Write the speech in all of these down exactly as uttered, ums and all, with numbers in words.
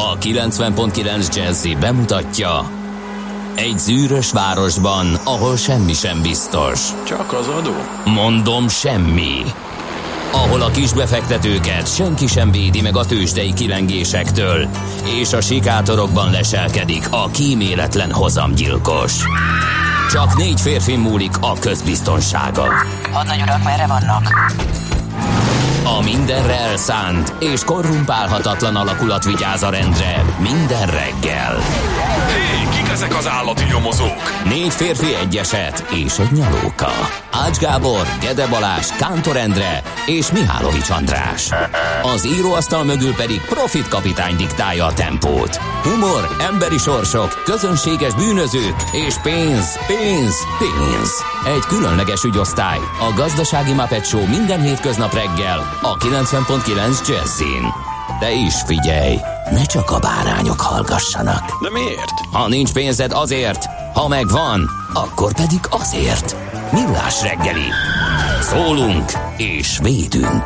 A kilencven pont kilenc Jazzy bemutatja: egy zűrös városban, ahol semmi sem biztos. Csak az adó? Mondom, semmi. Ahol a kisbefektetőket senki sem védi meg a tőzsdei kilengésektől, és a sikátorokban leselkedik a kíméletlen hozamgyilkos. Csak négy férfi múlik a közbiztonsága. Hadnagy urak, merre vannak? A mindenre elszánt és korrumpálhatatlan alakulat vigyáz a rendre minden reggel. Hé, kik ezek az állati nyomozók? Négy férfi, egy eset és egy nyalóka. Ács Gábor, Gede Balázs, Kántor Endre és Mihálovics András. Az íróasztal mögül pedig Profit kapitány diktálja a tempót. Humor, emberi sorsok, közönséges bűnözők és pénz, pénz, pénz. Egy különleges ügyosztály, a Gazdasági Muppet Show minden hétköznap reggel a kilencven pont kilenc Jazzin. De is figyelj, ne csak a bárányok hallgassanak. De miért? Ha nincs pénzed, azért, ha megvan, akkor pedig azért. Millás reggeli. Szólunk és védünk.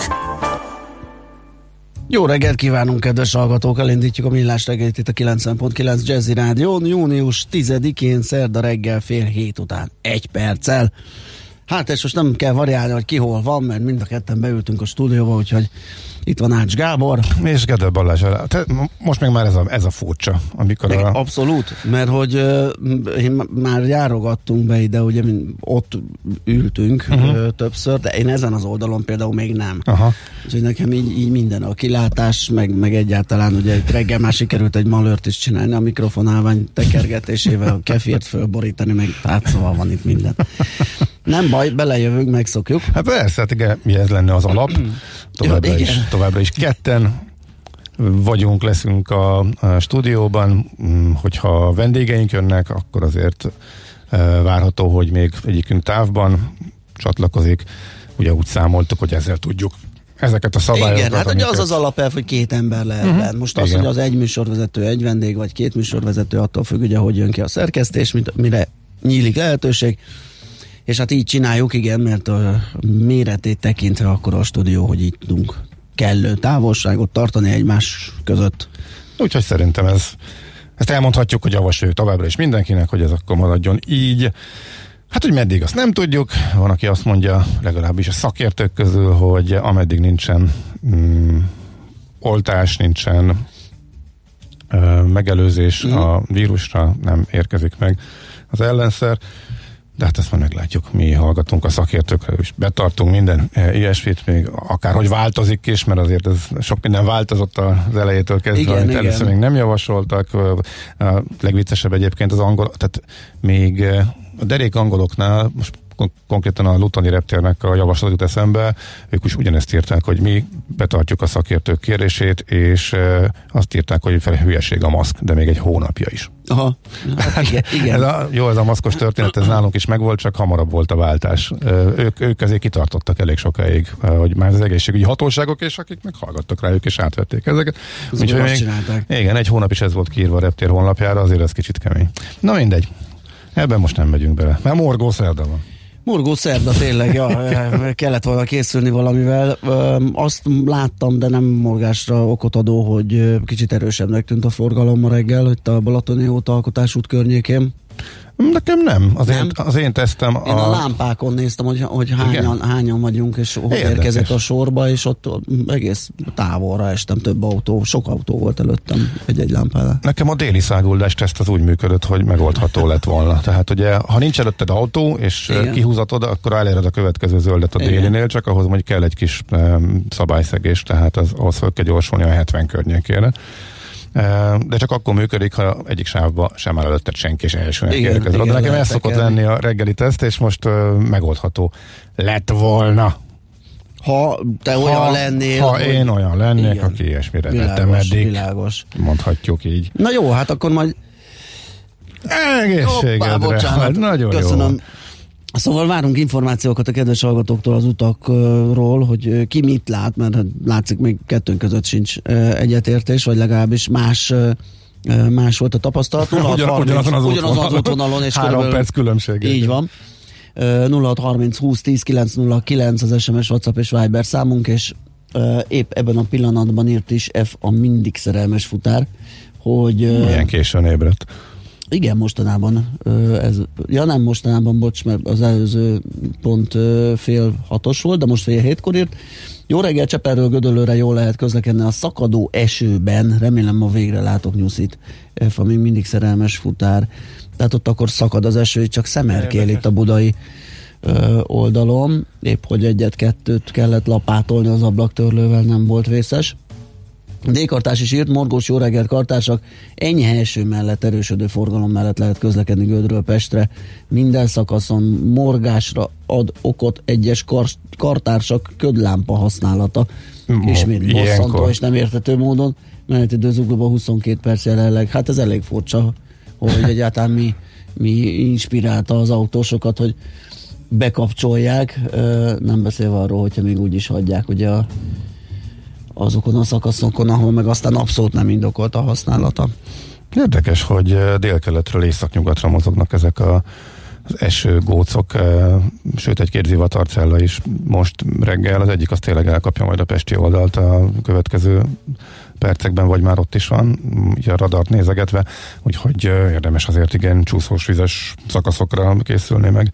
Jó reggelt kívánunk, kedves hallgatók! Elindítjuk a Millás reggelit itt a kilencven pont kilenc Jazzy Rádión. Június tizedikén, szerda reggel fél hét után egy perccel. Hát és most nem kell variálni, hogy ki hol van, mert mind a ketten beültünk a stúdióba, úgyhogy itt van Ács Gábor. És Gede Balázs. Te, most meg már ez a, ez a furcsa. Amikor a... Abszolút, mert hogy uh, én már járogattunk be ide, ugye ott ültünk uh-huh. uh, többször, de én ezen az oldalon például még nem. Aha. Úgyhogy nekem így, így minden a kilátás, meg, meg egyáltalán ugye itt reggel már sikerült egy malőrt is csinálni, a mikrofonálvány tekergetésével, a kefírt fölborítani, meg hát szóval van itt minden. Nem baj, belejövünk, megszokjuk. Hát persze, hát igen, mi ez lenne az alap. Továbbra, is, továbbra is ketten vagyunk, leszünk a, a stúdióban. Hogyha vendégeink jönnek, akkor azért e, várható, hogy még egyikünk távban csatlakozik. Ugye úgy számoltuk, hogy ezzel tudjuk ezeket a szabályokat. Igen, hát amiket... ugye az az alapelv, hogy két ember lehet uh-huh. benne. Most az, igen. hogy az egy műsorvezető, egy vendég, vagy két műsorvezető, attól függ, ugye, hogy jön ki a szerkesztés, mire nyílik lehetőség. És hát így csináljuk, igen, mert a méretét tekintve akkor a stúdió, hogy így tudunk kellő távolságot tartani egymás között. Úgyhogy szerintem ez, ezt elmondhatjuk, hogy javasoljuk továbbra is mindenkinek, hogy ez akkor maradjon így. Hát, hogy meddig, azt nem tudjuk. Van, aki azt mondja, legalábbis a szakértők közül, hogy ameddig nincsen mm, oltás, nincsen ö, megelőzés mm. a vírusra, nem érkezik meg az ellenszer. De hát ezt már meglátjuk, mi hallgatunk a szakértőkre, és betartunk minden e, ilyesmit, még akárhogy változik is, mert azért ez sok minden változott az elejétől kezdve, igen, amit igen. először még nem javasoltak. A legviccesebb egyébként az angol, tehát még a derék angoloknál, most konkrétan a Lutoni reptérnek a javaslat jut eszembe, ők is ugyanezt írták, hogy mi betartjuk a szakértők kérését, és e, azt írták, hogy fel hülyeség a maszk, de még egy hónapja is. Aha. Hát igen, igen. Ez a, jó, ez a maszkos történet, ez nálunk is megvolt, csak hamarabb volt a váltás. Ők, ők ezért kitartottak elég sokáig, hogy már az egészségügyi hatóságok, és akik meghallgattak rájuk, és átvették ezeket. Úgyhogy még, igen, egy hónap is ez volt kiírva a reptér honlapjára, azért ez kicsit kemény. Na mindegy, ebben most nem megyünk bele, mert morgó szerda van. Morgó szerda, tényleg, ja, kellett volna készülni valamivel. Azt láttam, de nem morgásra okot adó, hogy kicsit erősebbnek tűnt a forgalom ma reggel, hogy a Balatoni út Alkotásút környékén. Nekem nem. Az, nem? Én, az én tesztem a... Én a lámpákon néztem, hogy, hogy hányan, hányan vagyunk, és hogy érkezett a sorba, és ott egész távolra estem, több autó, sok autó volt előttem egy-egy lámpánál. Nekem a déli száguldás teszt az úgy működött, hogy megoldható lett volna. Tehát ugye, ha nincs előtted autó, és igen. kihúzatod, akkor eléred a következő zöldet a délinél, igen. csak ahhoz mondjuk kell egy kis um, szabályszegés, tehát az, ahhoz fel kell gyorsulni a hetven környékére. De csak akkor működik, ha egyik sávba sem áll előtted senki, és elsőnek érkezel. De nekem ez szokott lenni a reggeli teszt, és most uh, megoldható lett volna. Ha te ha, olyan lennél. Ha hogy... én olyan lennék, igen. aki ilyesmire tettem eddig. Világos. Mondhatjuk így. Na jó, hát akkor majd... Egészségedre. Hát nagyon köszönöm. Jó. Szóval várunk információkat a kedves hallgatóktól az utakról, hogy ki mit lát, mert látszik még kettőnk között sincs egyetértés, vagy legalábbis más más volt a tapasztalat. Ugyan, ugyanazon az, ugyanazon az útvonalon, és három perc különbség. Így van. nulla hat harminc húsz tíz kilenc nulla kilenc az es em es, WhatsApp és Viber számunk, és épp ebben a pillanatban írt is F a mindig szerelmes futár, hogy... Milyen későn ébredt. Igen, mostanában, ez, ja nem mostanában, bocs, mert az előző pont fél hatos volt, de most fél hétkor írt. Jó reggel, Cseperről Gödöllőre jól lehet közlekedni a szakadó esőben, remélem ma végre látok nyuszit. F, még mindig szerelmes futár. Tehát ott akkor szakad az eső, csak szemerkél itt a budai ö, oldalon. Épp, hogy egyet-kettőt kellett lapátolni az ablaktörlővel, nem volt vészes. D-kartás is írt, morgós jó reggelt kartársak, enyhe eső mellett, erősödő forgalom mellett lehet közlekedni Gödről Pestre. Minden szakaszon morgásra ad okot egyes kar- kartársak ködlámpa használata. Mo- Ismét bosszantó és nem értető módon. Menetidő zuglóban huszonkét perc jelenleg. Hát ez elég furcsa, hogy egyáltalán mi, mi inspirálta az autósokat, hogy bekapcsolják, nem beszélve arról, hogyha még úgy is hagyják, ugye a azokon a szakaszokon, ahol meg aztán abszolút nem indokolt a használata. Érdekes, hogy délkeletről északnyugatra mozognak ezek a, az esőgócok, sőt egy-két zivatarcella is most reggel, az egyik az tényleg elkapja majd a pesti oldalt a következő percekben, vagy már ott is van, ugye a radart nézegetve, úgyhogy érdemes azért igen csúszós vizes szakaszokra készülni meg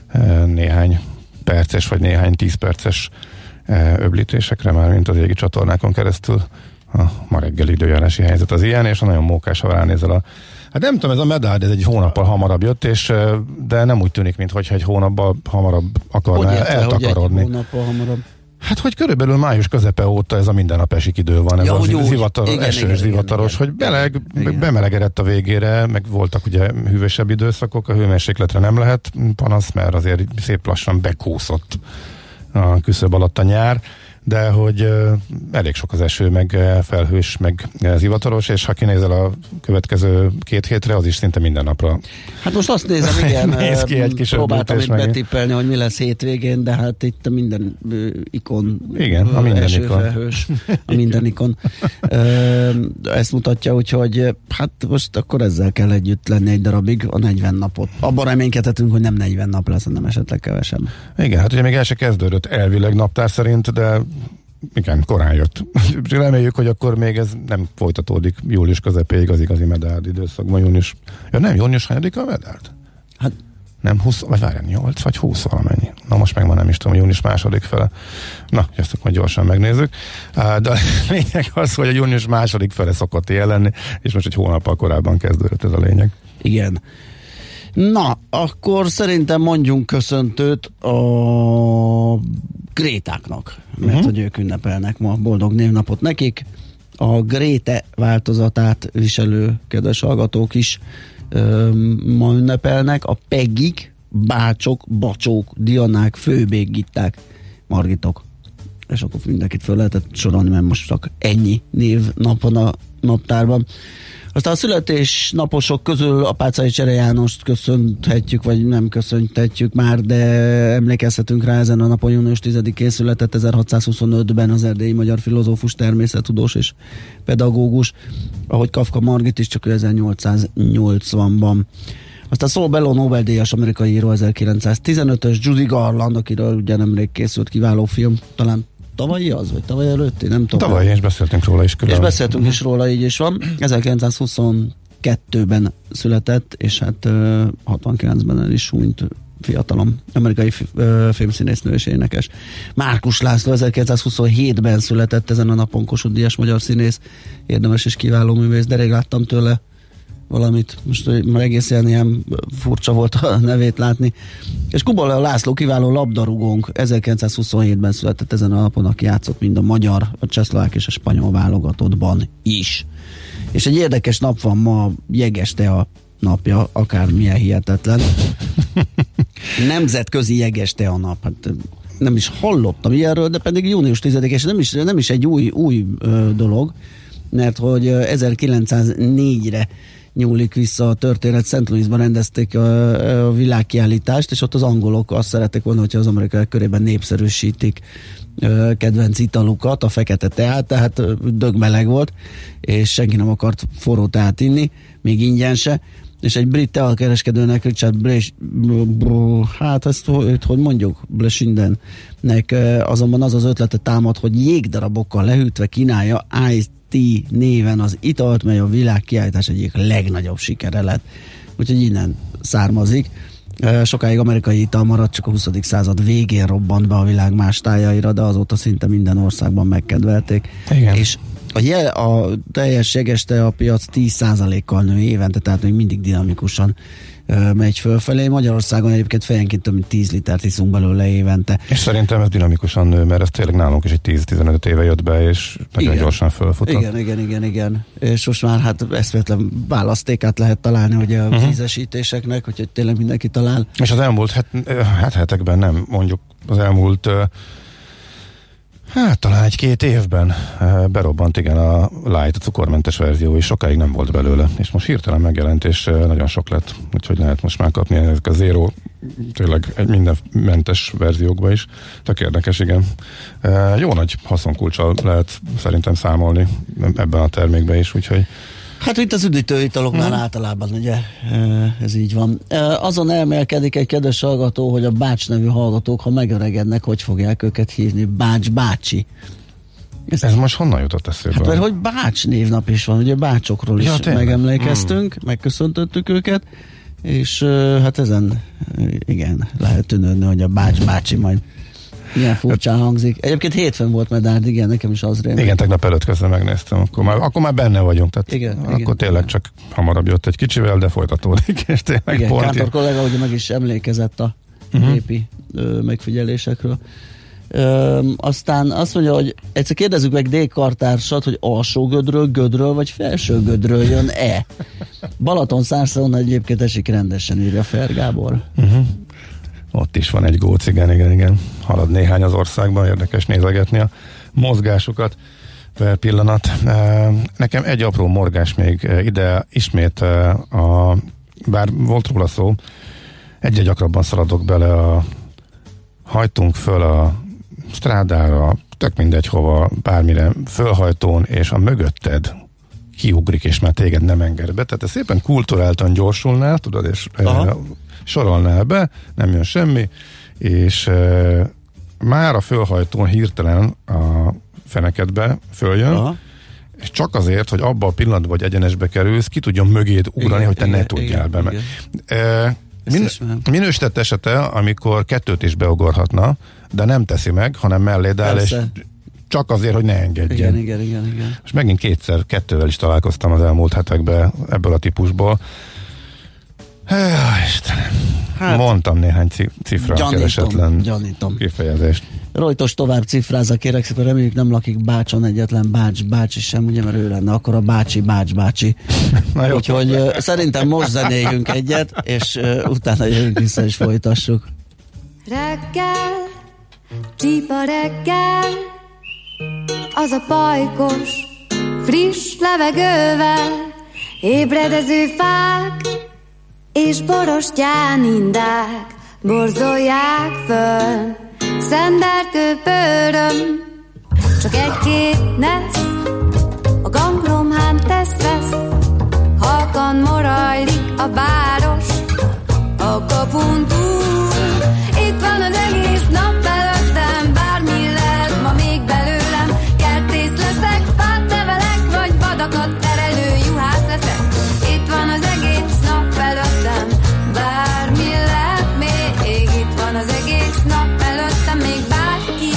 néhány perces, vagy néhány tíz perces öblítésekre, már mint az égi csatornákon keresztül. A ma reggeli időjárási helyzet az ilyen, és a nagyon mókás, ha ránézel a... Hát nem tudom, ez a medál, ez egy hónappal hamarabb jött, és, de nem úgy tűnik, mintha egy hónappal hamarabb akarná hogy eltakarodni. Hogy egy hónappal hamarabb? Hát, hogy körülbelül május közepe óta ez a mindennapi esik idő van, ez ja, az zivataros, igen, esős igen, zivataros, igen, hogy beleg, igen. bemelegedett a végére, meg voltak ugye hűvösebb időszakok, a hőmérsékletre nem lehet panasz, mert azért szép lassan bekúszott a küszöb alatt a nyár, de hogy uh, elég sok az eső, meg uh, felhős, meg uh, zivataros, és ha kinézel a következő két hétre, az is szinte minden napra. Hát most azt nézem, igen, néz ki egy kis próbáltam itt betippelni, hogy mi lesz hétvégén, de hát itt minden uh, ikon, igen, a minden eső, ikon. felhős, a minden ikon. uh, ezt mutatja, úgyhogy hát most akkor ezzel kell együtt lenni egy darabig, a negyven napot. Abban reménykedhetünk, hogy nem negyven nap lesz, hanem esetleg kevesebb. Igen, hát ugye még el se kezdődött elvileg naptár szerint, de igen, korán jött. Reméljük, hogy akkor még ez nem folytatódik július közepéig az igazi medál időszakban. Június, ja nem, június hányadika a medált? Hát nem húsz, vagy várjál, nyolc vagy húsz valamennyi. Na most meg már nem is tudom, június második fele. Na, ezt akkor gyorsan megnézzük. De a lényeg az, hogy a június második fele szokott ilyen lenni, és most egy hónappal korábban kezdődött ez a lényeg. Igen. Na, akkor szerintem mondjunk köszöntőt a Grétáknak, mert uh-huh. hogy ők ünnepelnek ma, boldog névnapot nekik. A Gréte változatát viselő kedves hallgatók is ö, ma ünnepelnek. A Peggik, Bácsok, Bacsók, Dianák, Főbék, Gitták, Margitok. És akkor mindenkit föl lehetett sorolni, mert most csak ennyi névnap van a naptárban. Aztán a születésnaposok közül Apáczai Csere Jánost köszönhetjük, vagy nem köszönhetjük már, de emlékezhetünk rá, ezen a napon június tizedikén született ezerhatszázhuszonötben az erdélyi magyar filozófus, természettudós és pedagógus, ahogy Kafka Margit is, csak ő ezernyolcszáznyolcvanban. Aztán Saul Bellow Nobel-díjas amerikai író, ezerkilencszáztizenötös, Judy Garland, akiről ugye nemrég készült kiváló film, talán tavalyi az, vagy tavaly előtti, nem tudom. Tavaly, és beszéltünk róla is külön. És beszéltünk is róla, így is van. ezerkilencszázhuszonkettőben született, és hát uh, hatvankilencben el is súnyt fiatalom, amerikai uh, filmszínésznő és énekes. Márkus László ezerkilencszázhuszonhétben született, ezen a napon Kossuth Díjas magyar színész, érdemes és kiváló művész, de rég láttam tőle valamit, most már egész ilyen furcsa volt a nevét látni. És Kubala László kiváló labdarúgónk, ezerkilencszázhuszonhétben született ezen a napon, aki játszott mind a magyar, a csehszlovák és a spanyol válogatottban is. És egy érdekes nap van ma, Jegestea napja, akármilyen hihetetlen. Nemzetközi Jegestea nap. Hát nem is hallottam ilyenről, de pedig június tizedike, és nem is, nem is egy új, új ö, dolog, mert hogy ezerkilencszáznégyre nyúlik vissza a történet. Szent Louisban rendezték a, a világkiállítást, és ott az angolok azt szerették volna, hogyha az amerikaiak körében népszerűsítik ö, kedvenc italukat, a fekete teát, tehát dögmeleg volt, és senki nem akart forró teát inni, még ingyen se, és egy brit teakereskedőnek, Richard Blash, hát ezt hogy, hogy mondjuk, Blashindennek azonban az az ötlete támad, hogy jégdarabokkal lehűtve kínálja Ice Tea néven az italt, mely a világkiállítás egyik legnagyobb sikere lett. Úgyhogy innen származik. Sokáig amerikai ital maradt, csak a huszadik század végén robbant be a világ más tájaira, de azóta szinte minden országban megkedvelték. Igen. És a, jel, a teljes jegeste a piac tíz százalékkal nő évente, tehát még mindig dinamikusan uh, megy fölfelé. Magyarországon egyébként fejenként több mint tíz litert iszunk belőle évente. És szerintem ez dinamikusan nő, mert ez tényleg nálunk is egy tíz-tizenöt éve jött be, és nagyon igen. gyorsan fölfutott. Igen, igen, igen, igen. És most már hát eszméletlen választékát lehet találni ugye a uh-huh. vízesítéseknek, úgyhogy tényleg mindenki talál. És az elmúlt het, hát hetekben nem, mondjuk az elmúlt uh, hát talán egy-két évben berobbant igen a light, a cukormentes verzió, és sokáig nem volt belőle, és most hirtelen megjelent, és nagyon sok lett, úgyhogy lehet most már kapni ezek a zero, tényleg egy minden mentes verziókba is. Tök érdekes, igen. Jó nagy haszonkulccsal lehet szerintem számolni ebben a termékben is, úgyhogy hát itt az üdítőitaloknál hmm. általában, ugye, ez így van. Azon elmélkedik egy kedves hallgató, hogy a Bács nevű hallgatók, ha megöregednek, hogy fogják őket hívni? Bács bácsi. Ez, ez most honnan jutott eszébe? Hát mert hogy Bács névnap is van, ugye Bácsokról ja, is tényleg? megemlékeztünk, hmm. megköszöntöttük őket, és hát ezen igen, lehet tűnődni, hogy a Bács bácsi majd ilyen furcsán hangzik. Egyébként hétfőn volt medárd, igen, nekem is az rémlik. Igen, tegnap előtt közben megnéztem, akkor már, akkor már benne vagyunk, tehát igen, akkor igen, tényleg igen. csak hamarabb jött egy kicsivel, de folytatódik, és tényleg igen, Kántor kollega ugye meg is emlékezett a uh-huh. gépi ö, megfigyelésekről. Ö, aztán azt mondja, hogy egyszer kérdezzük meg D. kartársat, hogy alsó gödről, gödről vagy felső gödről jön-e? Balaton Szárszón egyébként esik rendesen, írja Fer Gábor. Uh-huh. Ott is van egy góc, igen, igen, igen. Halad néhány az országban, érdekes nézegetni a mozgásukat per pillanat. Nekem egy apró morgás még ide ismét, a, bár volt róla szó, egyre gyakrabban szaladok bele a hajtunk föl a strádára, tök mindegy hova, bármire fölhajtón, és a mögötted kiugrik, és már téged nem enged be. Tehát ez szépen kulturáltan gyorsulnál, tudod, és Aha. sorolnál be, nem jön semmi, és e, már a fölhajtón hirtelen a fenekedbe följön, Aha. és csak azért, hogy abban a pillanatban, hogy egyenesbe kerülsz, ki tudjon mögéd ugrani, igen, hogy te igen, ne tudjál igen, be. Igen. E, min, minősített esete, amikor kettőt is beugorhatna, de nem teszi meg, hanem melléd áll, és csak azért, hogy ne engedjen. Igen, igen, igen, igen. És megint kétszer, kettővel is találkoztam az elmúlt hetekben ebből a típusból. Istenem. Hát, mondtam néhány cifra gyanítom, keresetlen gyanítom. kifejezést. Rojtos tovább cifrázza, kérek szépen, reméljük nem lakik Bácson egyetlen Bács bácsi sem, ugye, mert ő lenne, akkor a bácsi Bács bácsi. Úgyhogy uh, szerintem most zenéljünk egyet, és uh, utána jövünk vissza és folytassuk. Reggel, csípa reggel, az a pajkos, friss levegővel, ébredező fák, és borostyán indák borzolják föl. Szenderkő pöröm, csak egy-két nesz, a ganglomhán tesz-vesz, halkan morajlik a város a kapun túl. Itt van az egész nap előttem, bármi lehet ma még belőlem. Kertész leszek, fát nevelek, vagy vadakat terelő juhász leszek. Itt van az egész nap előttem, bármi lehet még. Itt van az egész nap előttem, még bárki.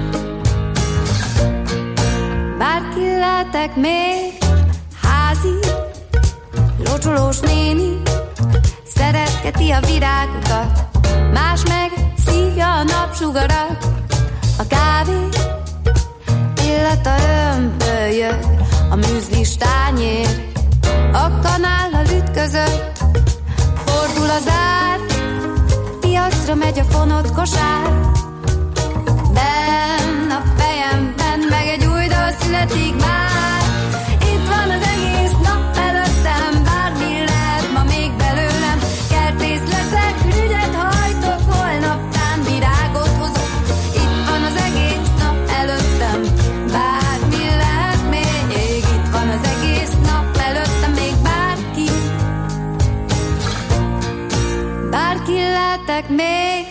Bárki lehetek még, házi, locsolós néni, szeretgeti a virágokat, más meg szívja a napsugarat. A kávé illata ömbölyög, a műzlis tányér a kanállal ütközött. Fordul az ár, piacra megy a fonott kosár. Benn a fejemben meg egy új dal születik már. Itt van az egész nap előttem, bármi lehet ma még belőlem. Kertész leszek, ügyet hajtok, holnaptán virágot hozok. Itt van az egész nap előttem, bármi lehet még. Itt van az egész nap előttem, még bárki. Bárki lehetek még.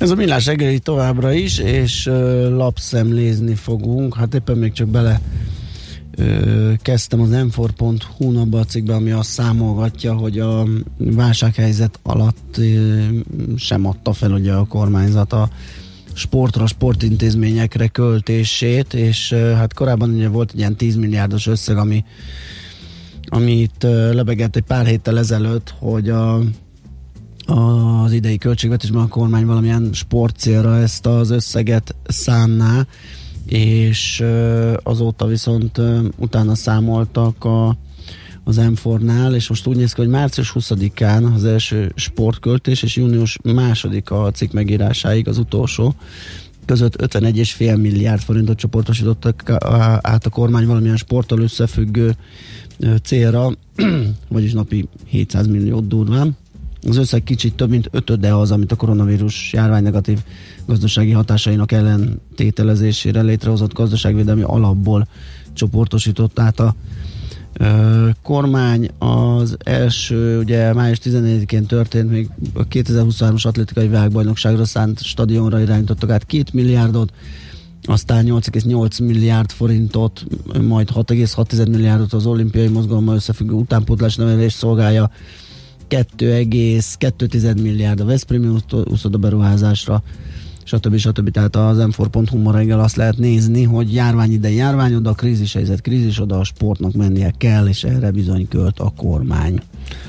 Ez a Millás reggeli továbbra is, és uh, lapszemlézni fogunk. Hát éppen még csak bele uh, kezdtem az em négy pont hu abba a cikkbe, ami azt számolgatja, hogy a válsághelyzet alatt uh, sem adta fel ugye a kormányzat a sportra, sportintézményekre költését, és uh, hát korábban ugye volt egy ilyen tíz milliárdos összeg, ami amit uh, lebegett egy pár héttel ezelőtt, hogy a az idei költségvetésben a kormány valamilyen sportcélra ezt az összeget szánná, és azóta viszont utána számoltak a, az em négy-nál, és most úgy néz ki, hogy március huszadikán az első sportköltés, és június második a cikk megírásáig az utolsó között ötvenegy egész öt milliárd forintot csoportosítottak át a kormány valamilyen sporttal összefüggő célra, vagyis napi hétszáz milliót durván. Az összeg kicsit több, mint ötöde az, amit a koronavírus járvány negatív gazdasági hatásainak ellentételezésére létrehozott gazdaságvédelmi alapból csoportosított át a ö, kormány. Az első, ugye május tizennégyedikén történt, még a kétezer-huszonhármas atlétikai világbajnokságra szánt stadionra irányítottak át két milliárdot, aztán nyolc egész nyolc milliárd forintot, majd hat egész hat milliárdot az olimpiai mozgalommal összefüggő utánpótlás nevelés szolgálja, kettő egész kettő milliárd a Veszprémi úszoda beruházásra, stb. stb. Tehát az em négy pont hu ma reggel azt lehet nézni, hogy járvány ide, járvány oda, krízis helyzet, krízis oda, a sportnak mennie kell, és erre bizony költ a kormány.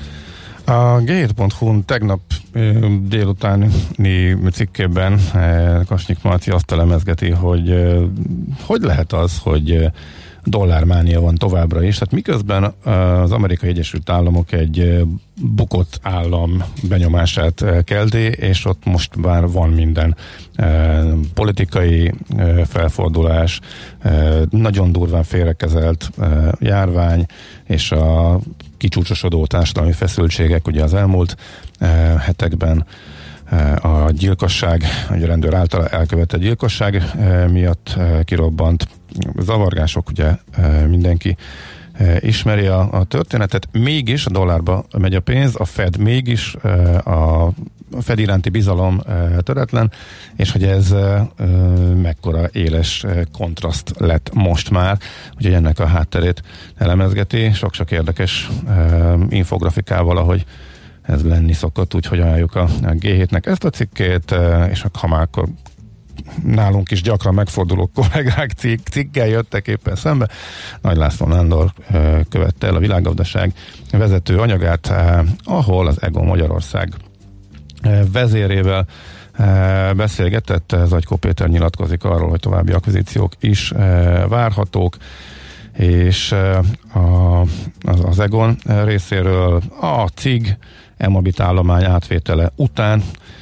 A gé hét pont hu tegnap délutáni cikkében Kasnyik Marci azt elemezgeti, hogy hogy lehet az, hogy dollármánia van továbbra is. Tehát miközben az Amerikai Egyesült Államok egy bukott állam benyomását kelti, és ott most már van minden politikai felfordulás, nagyon durván félrekezelt járvány, és a kicsúcsosodó társadalmi feszültségek ugye az elmúlt hetekben, a gyilkosság, a rendőr által elkövetett gyilkosság miatt kirobbant zavargások, ugye mindenki ismeri a, a történetet, mégis a dollárba megy a pénz, a Fed mégis a a Fed iránti bizalom töretlen, és hogy ez mekkora éles kontraszt lett most már, úgyhogy ennek a hátterét elemezgeti, sok-sok érdekes infografikával, ahogy ez lenni szokott, úgyhogy ajánljuk a gé hétnek ezt a cikkét, és ha már akkor nálunk is gyakran megforduló kollégák cikk, cikkel jöttek éppen szembe. Nagy László Nándor követte el a világgazdaság vezető anyagát, ahol az Egon Magyarország vezérével beszélgetett. Zagykó Péter nyilatkozik arról, hogy további akvizíciók is várhatók, és a, az, az Egon részéről a cég Emabit állomány átvétele után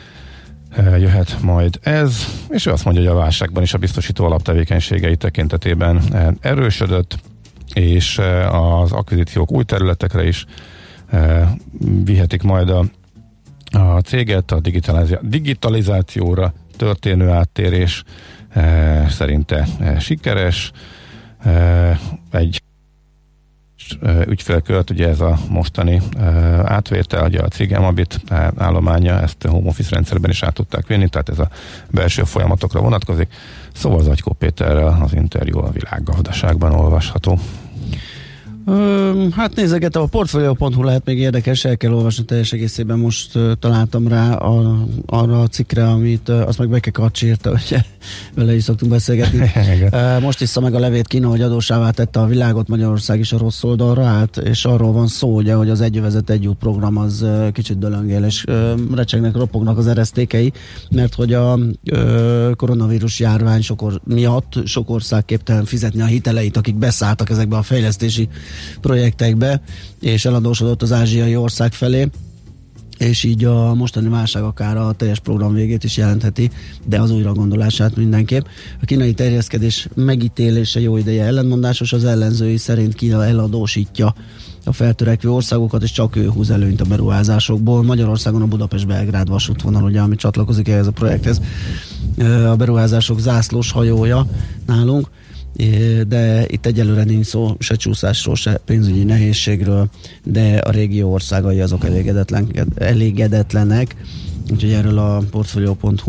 jöhet majd ez, és ő azt mondja, hogy a válságban is a biztosító alaptevékenységei tekintetében erősödött, és az akvizíciók új területekre is vihetik majd a, a céget, a digitalizációra történő áttérés szerinte sikeres. Egy ügyfélkört, ugye ez a mostani uh, átvétel, ugye a cég Emabit uh, állománya, ezt a home office rendszerben is át tudták vinni, tehát ez a belső folyamatokra vonatkozik. Szóval Zagykó Péterrel az interjú a világgazdaságban olvasható. Ö, hát nézegetem, a portfolio pont hu lehet még érdekes, el kell olvasni teljes egészében, most uh, találtam rá a, arra a cikkre, amit uh, azt meg Beke Kacsi írta, ugye vele is szoktunk beszélgetni. uh, most iszza meg a levét Kína, hogy adóssává tette a világot, Magyarország is a rossz oldalra állt, és arról van szó, ugye, hogy az egy övezet egy út program az uh, kicsit dölöngél, és uh, recsegnek, ropognak az eresztékei, mert hogy a uh, koronavírus járvány sok or- miatt sok ország képtelen fizetni a hiteleit, akik beszálltak ezekbe a fejlesztési projektekbe, és eladósodott az ázsiai ország felé, és így a mostani válság akár a teljes program végét is jelentheti, de az újra gondolását mindenképp. A kínai terjeszkedés megítélése jó ideje ellentmondásos, az ellenzői szerint Kína eladósítja a feltörekvő országokat, és csak ő húz előnyt a beruházásokból. Magyarországon a Budapest-Belgrád vasútvonal, ugye, ami csatlakozik ehhez a projekthez, a beruházások zászlós hajója nálunk, de itt egyelőre nincs szó se csúszásról, se pénzügyi nehézségről, de a régió országai azok elégedetlen, elégedetlenek, úgyhogy erről a portfolio pont hu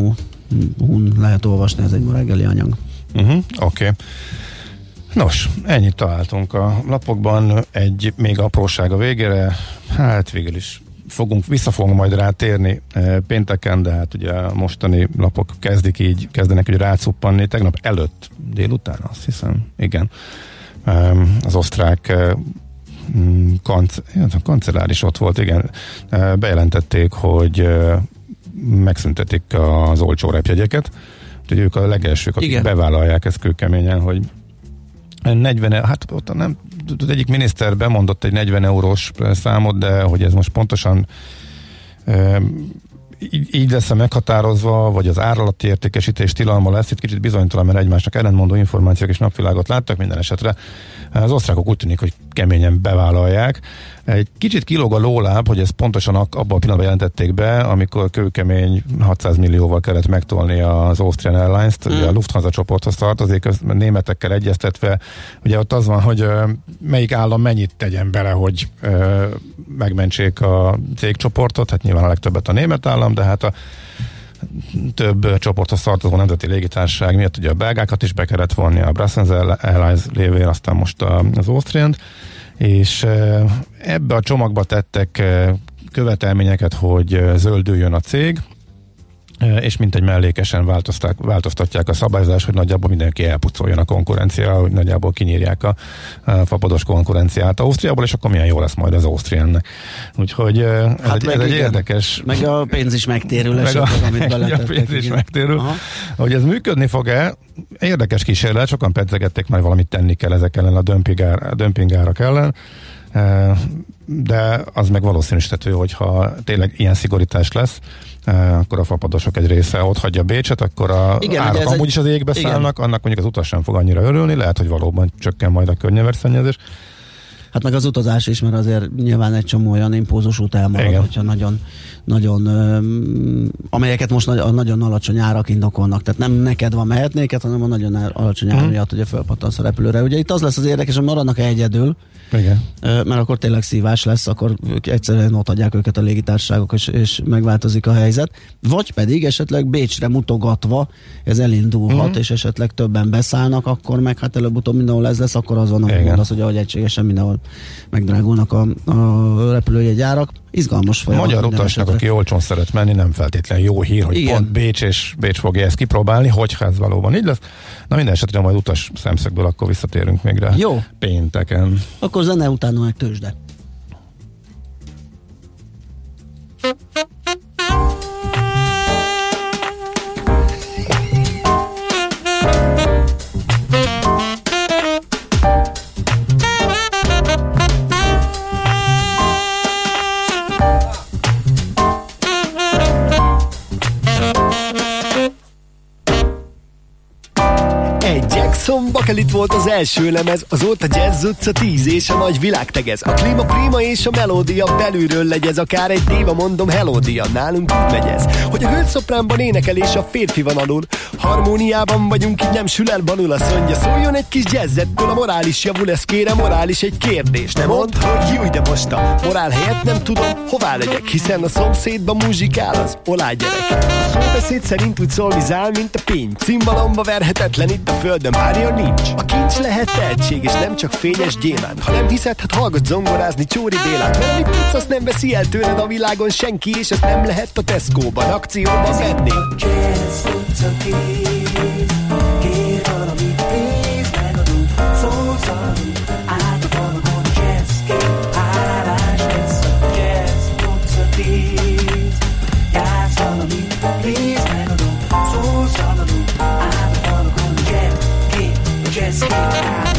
hun lehet olvasni, ez egy ma reggeli anyag. Uh-huh, Oké. Okay. Nos, ennyit találtunk a lapokban, egy még apróság a végére, hát végül is fogunk, vissza fogunk majd rá térni e, pénteken, de hát ugye a mostani lapok kezdik így, kezdenek ugye rácuppanni, tegnap előtt, délután azt hiszem, igen, e, az osztrák e, kanc, a kancellár is ott volt, igen, e, bejelentették, hogy e, megszüntetik az olcsó repjegyeket, úgyhogy ők a legelsők, akik igen. bevállalják ezt kőkeményen, hogy negyven, hát ott nem, egyik miniszter bemondott egy negyven eurós számot, de hogy ez most pontosan e, így, így lesz meghatározva, vagy az áralatti értékesítés tilalma lesz, itt kicsit bizonytalan, mert egymásnak ellentmondó információk és napvilágot láttak, minden esetre az osztrákok úgy tűnik, hogy keményen bevállalják. Egy kicsit kilóg a lóláb, hogy ezt pontosan abban a pillanatban jelentették be, amikor kőkemény hatszáz millióval kellett megtolni az Austrian Airlines-t, mm. ugye a Lufthansa csoporthoz tartozik, az németekkel egyeztetve, ugye ott az van, hogy uh, melyik állam mennyit tegyen bele, hogy uh, megmentsék a cégcsoportot, hát nyilván a legtöbbet a német állam, de hát a több csoporthoz tartozó nemzeti légitársaság miatt ugye a belgákat is be kellett vonni, a Brussels Airlines lévén, aztán most az Austrian-t, és ebbe a csomagba tettek követelményeket, hogy zöldüljön a cég, és mintegy mellékesen változtatják a szabályzást, hogy nagyjából mindenki elpucoljon a konkurencia, hogy nagyjából kinyírják a, a fapados konkurenciát Ausztriából, és akkor milyen jó lesz majd az Austriannek. Úgyhogy hát ez, ez egy érdekes... Meg a pénz is megtérül esetleg, amit beletettek. A pénz is megtérül. Aha. Hogy ez működni fog-e? Érdekes kísérlet, sokan pedzegették, majd valamit tenni kell ezek ellen, a dömpingár, a dömpingárak ellen, de az meg valószínűsíthető, hogyha tényleg ilyen szigorítás lesz, akkor a fapadosok egy része ott hagyja Bécset, akkor a igen, árak amúgy egy... is az égbe szállnak, annak mondjuk az utas sem fog annyira örülni, lehet, hogy valóban csökken majd a környeverszennyezés. Hát meg az utazás is, mert azért nyilván egy csomó olyan impózus út elmarad, hogyha nagyon, nagyon öm, amelyeket most nagy, a nagyon alacsony árak indokolnak, tehát nem neked van mehetnéket, hanem a nagyon alacsony ár miatt ugye fölpattansz a repülőre. Ugye itt az lesz az érdekes, hogy maradnak egyedül, igen. Mert akkor tényleg szívás lesz, akkor egyszerűen ott adják őket a légitársaságok, és, és megváltozik a helyzet. Vagy pedig esetleg Bécsre mutogatva ez elindulhat, uh-huh. és esetleg többen beszállnak, akkor meg hát előbb-utóbb mindenhol ez lesz, akkor az van, amit mondasz, hogy ahogy egységesen mindenhol megdrágulnak a, a repülőjegyárak. Izgalmas folyamat. Magyar utasnak, aki olcsón szeret menni, nem feltétlenül jó hír, hogy igen. pont Bécs és Bécs fogja ezt kipróbálni, hogyha ez valóban így lesz. Na minden esetre majd utas szemszögből akkor visszatérünk még rá. Jó. Pénteken. Akkor zene, utána meg tőzsde. Bakelit volt az első lemez, azóta Jazz utca tíz és a nagy világ tegez. A klíma prima és a melódia belülről legyez, akár egy diva, mondom helódia, nálunk úgy megy ez, hogy a hölgyszopránban énekel és a férfi van alul. Harmóniában vagyunk, így nem sül el balul, azt mondja, szóljon egy kis jazzettől, a morális javul, ez kérem, morális egy kérdés. Nem mondd, hogy júj, de most a morál helyett nem tudom, hová legyek, hiszen a szomszédban muzsikál az olá gyerek. A szóbeszéd szerint úgy szolvizál, mint a pinty, cimbalomba verhetetlen itt a földön, párja nincs. A kincs lehet tehetség, és nem csak fényes gyémánt. Ha nem hiszed, hát hallgass zongorázni Csóri Bélát, mert amit tudsz, azt nem veszi el tőled a világon senki, és ezt nem lehet a Tesco-ban, akcióban venni. Jazz utca tíz, kér valamit, please, megadunk, szószalunk, át a falakon, jazz, két, hálás lesz a Jazz utca tíz, játsz valamit, please, megadunk, szószalunk, át a falakon, jazz, két, jazz, két, hálás.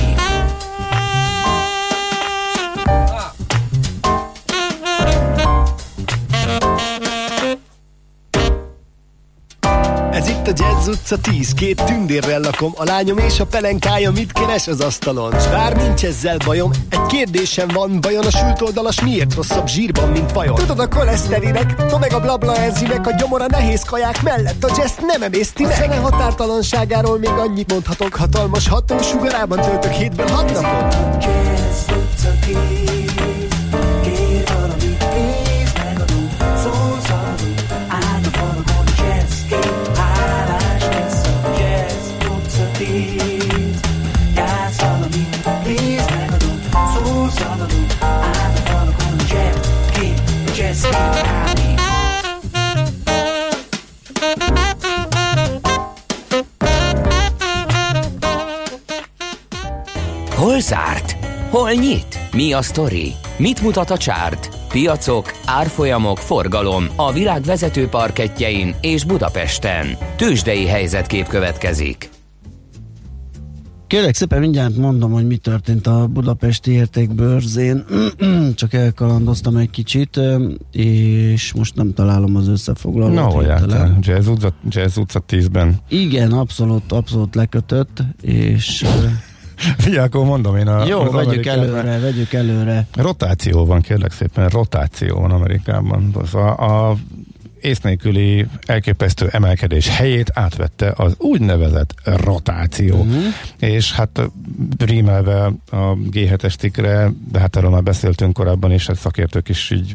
Ez itt a Jazz utca tíz, két tündérrel lakom, a lányom és a pelenkája mit keres az asztalon. S bár nincs ezzel bajom, egy kérdésem van, vajon a sült oldalas miért rosszabb zsírban, mint vajon? Tudod, a koleszterinek, no meg a blabla enzimek, a gyomor a nehéz kaják mellett, a jazz nem emészti meg. A zene határtalanságáról még annyit mondhatok, hatalmas hatósugarában töltök hétből hat napon. Jazz utca tíz, kér valamit, please, megadunk, szószalunk, át a falakon, jazz, két, hálás. Hol zárt? Hol nyit? Mi a sztori? Mit mutat a csárt? Piacok, árfolyamok, forgalom a világ vezető parkettjein és Budapesten. Tőzsdei helyzetkép következik. Kérlek szépen, mindjárt mondom, hogy mi történt a budapesti értékbörzén. Csak elkalandoztam egy kicsit, és most nem találom az összefoglalót. Na, hol jártál? Jazz utca, Jazz utca tízben. Igen, abszolút, abszolút lekötött, és... Figyelj, akkor mondom én a... Jó, vegyük előre, vegyük előre. Rotáció van, kérlek szépen, rotáció van Amerikában. Az a, a ész nélküli elképesztő emelkedés helyét átvette az úgynevezett rotáció. Uh-huh. És hát rímelve a gé hetes cikkre, de hát erről már beszéltünk korábban, és hát szakértők is így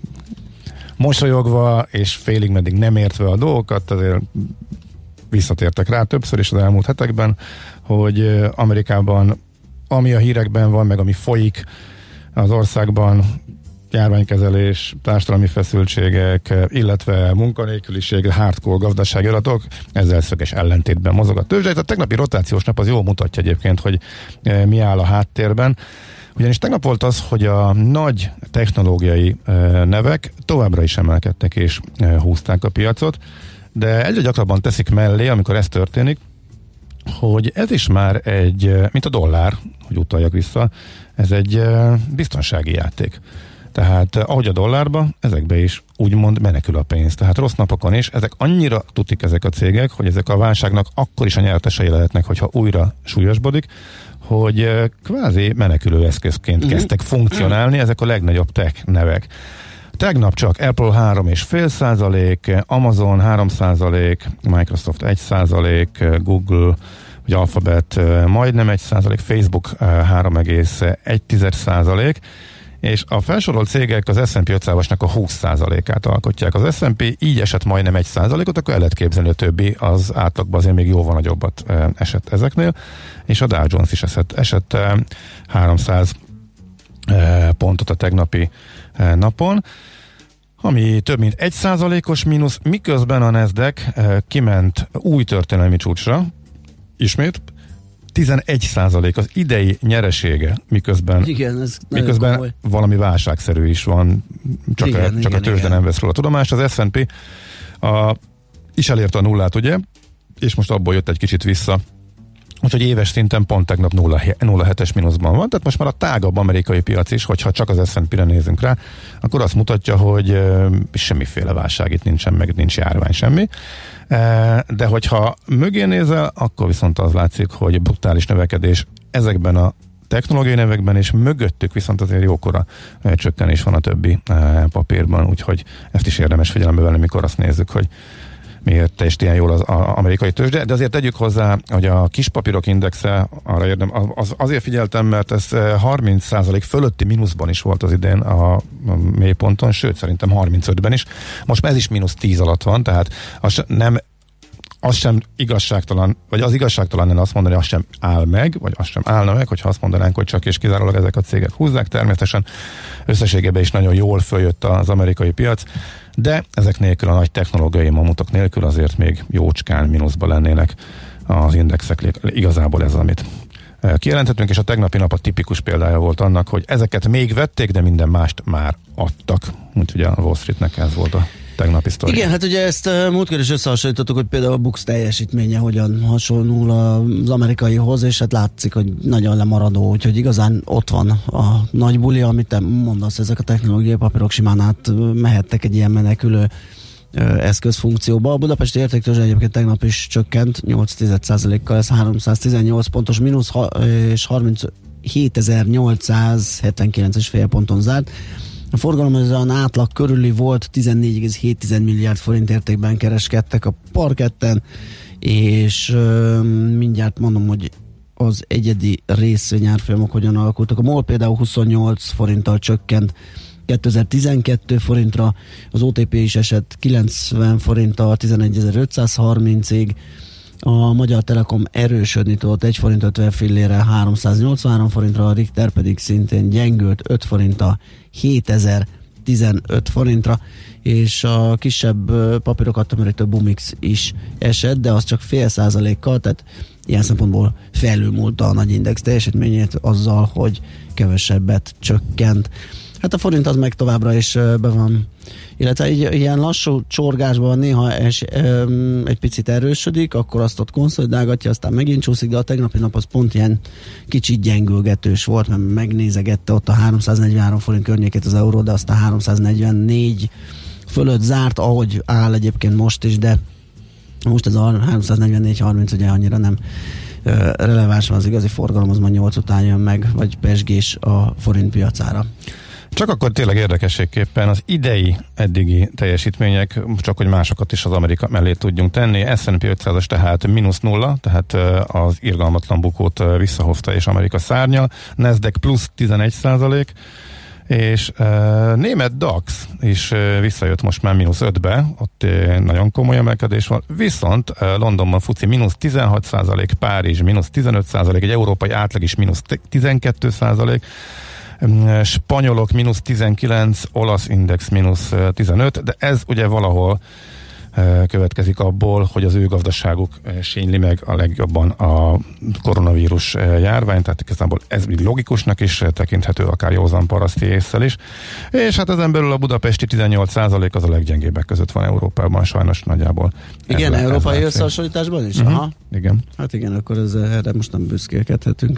mosolyogva, és félig meddig nem értve a dolgokat, azért visszatértek rá többször is az elmúlt hetekben, hogy Amerikában, ami a hírekben van, meg ami folyik az országban, járványkezelés, társadalmi feszültségek, illetve munkanélküliség, hardcore gazdasági adatok, ezzel szöges ellentétben mozog a tőzsde. A tegnapi rotációs nap az jól mutatja egyébként, hogy mi áll a háttérben. Ugyanis tegnap volt az, hogy a nagy technológiai nevek továbbra is emelkedtek és húzták a piacot, de egyre gyakrabban teszik mellé, amikor ez történik, hogy ez is már egy, mint a dollár, hogy utaljak vissza, ez egy biztonsági játék. Tehát ahogy a dollárba, ezekbe is úgymond menekül a pénz. Tehát rossz napokon is, ezek annyira tutik ezek a cégek, hogy ezek a válságnak akkor is a nyertesei lehetnek, hogyha újra súlyosbodik, hogy kvázi menekülő eszközként mm-hmm. kezdtek funkcionálni ezek a legnagyobb tech nevek. Tegnap csak Apple három egész öt százalék, Amazon három százalék, Microsoft egy százalék, Google vagy Alphabet majdnem egy százalék, Facebook három egész egy százalék, és a felsorolt cégek az es and pé ötszázasnak a húsz százalékát alkotják. Az es and pé így esett majdnem egy százalékot, akkor el lehet képzelni, a többi az átlagban azért még jóval nagyobbat esett ezeknél, és a Dow Jones is esett, esett háromszáz pontot a tegnapi napon, ami több mint egy százalékos mínusz, miközben a Nasdaq kiment új történelmi csúcsra, ismét, tizenegy százalék az idei nyeresége, miközben, igen, ez miközben valami válságszerű is van, csak igen, a, csak igen, a tőzsde nem vesz róla a tudomást. Az es and pé a, is elérte a nullát, ugye, és most abból jött egy kicsit vissza, úgyhogy éves szinten pont tegnap nulla egész hetes mínuszban van, tehát most már a tágabb amerikai piac is, hogyha csak az es and pére nézünk rá, akkor azt mutatja, hogy uh, semmiféle válság itt nincsen, meg nincs járvány, semmi. Uh, de hogyha mögé nézel, akkor viszont az látszik, hogy brutális növekedés ezekben a technológiai nevekben, és mögöttük viszont azért jókora uh, csökkenés van a többi uh, papírban, úgyhogy ezt is érdemes figyelembe venni, mikor azt nézzük, hogy miért teljesít ilyen jól az a, amerikai tőzsde, de azért tegyük hozzá, hogy a kispapírok indexe, arra érdem, az, azért figyeltem, mert ez harminc százalék fölötti mínuszban is volt az idén a, a mélyponton, sőt szerintem harmincötben is. Most már ez is mínusz tíz alatt van, tehát az nem, az sem igazságtalan, vagy az igazságtalan lenne azt mondani, hogy az sem áll meg, vagy az sem állna meg, hogyha azt mondanánk, hogy csak és kizárólag ezek a cégek húzzák. Természetesen összességében is nagyon jól följött az amerikai piac, de ezek nélkül, a nagy technológiai mamutok nélkül azért még jócskán mínuszba lennének az indexek. Igazából ez, amit kijelenthetünk, és a tegnapi nap a tipikus példája volt annak, hogy ezeket még vették, de minden mást már adtak. Úgyhogy a Wall Streetnek ez volt a tegnapi sztori. Igen, hát ugye ezt uh, múltkor is összehasonlítottuk, hogy például a Bux teljesítménye hogyan hasonlul az amerikaihoz, és hát látszik, hogy nagyon lemaradó, úgyhogy igazán ott van a nagy buli, amit te mondasz, ezek a technológiai papírok simán át mehettek egy ilyen menekülő uh, eszközfunkcióba. A budapesti értéktőzsde egyébként tegnap is csökkent nyolc százalékkal, ez háromszáztizennyolc pontos mínusz, és harminchétezer-nyolcszázhetvenkilenc egész öt ponton zárt. A forgalom az olyan átlag körüli volt, tizennégy egész hét milliárd forint értékben kereskedtek a parketten, és ö, mindjárt mondom, hogy az egyedi részvényárfolyamok hogyan alakultak. A MOL például huszonnyolc forinttal csökkent kétezer-tizenkettő forintra, az o té pé is esett kilencven forinttal tizenegyezer-ötszázharmincig, a Magyar Telekom erősödni tudott egy forint ötven fillére háromszáznyolcvanhárom forintra, a Richter pedig szintén gyengült öt forinttal hétezer-ötszáznyolcvanhárom tizenöt forintra, és a kisebb papírokat tömörítő Bumix is esett, de az csak fél százalékkal, tehát ilyen szempontból felülmúlta a nagy index teljesítményét azzal, hogy kevesebbet csökkent. Hát a forint az meg továbbra is be van, illetve így, ilyen lassú csorgásban néha es, um, egy picit erősödik, akkor azt ott konszolidálgatja, aztán megint csúszik, de a tegnapi nap az pont ilyen kicsit gyengülgetős volt, mert megnézegette ott a háromszáznegyvenhárom forint környékét az euró, de aztán háromszáznegyvennégy fölött zárt, ahogy áll egyébként most is, de most ez a háromszáznegyvennégy harminc ugye annyira nem uh, releváns, az igazi forgalom az majd nyolc után jön meg, vagy pesgés a forint piacára. Csak akkor tényleg érdekességképpen az idei eddigi teljesítmények, csak hogy másokat is az Amerika mellé tudjunk tenni. es and pé ötszázas tehát mínusz nulla, tehát az irgalmatlan bukót visszahozta és Amerika szárnyal. Nasdaq plusz tizenegy százalék, és uh, német DAX is uh, visszajött most már mínusz ötbe, ott uh, nagyon komoly emelkedés van, viszont uh, Londonban fuci mínusz tizenhat százalék, Párizs mínusz tizenöt százalék, egy európai átlag is mínusz tizenkét százalék, spanyolok mínusz tizenkilenc, olasz index mínusz tizenöt, de ez ugye valahol következik abból, hogy az ő gazdaságuk sényli meg a legjobban a koronavírus járvány, tehát igazából ez még logikusnak is tekinthető, akár józan paraszti ésszel is. És hát ezen belül a budapesti tizennyolc százalék az a leggyengébbek között van Európában, sajnos nagyjából. Igen, ez európai összehasonlításban is? Uh-huh. Aha. Igen. Hát igen, akkor ez, erre most nem büszkélkedhetünk.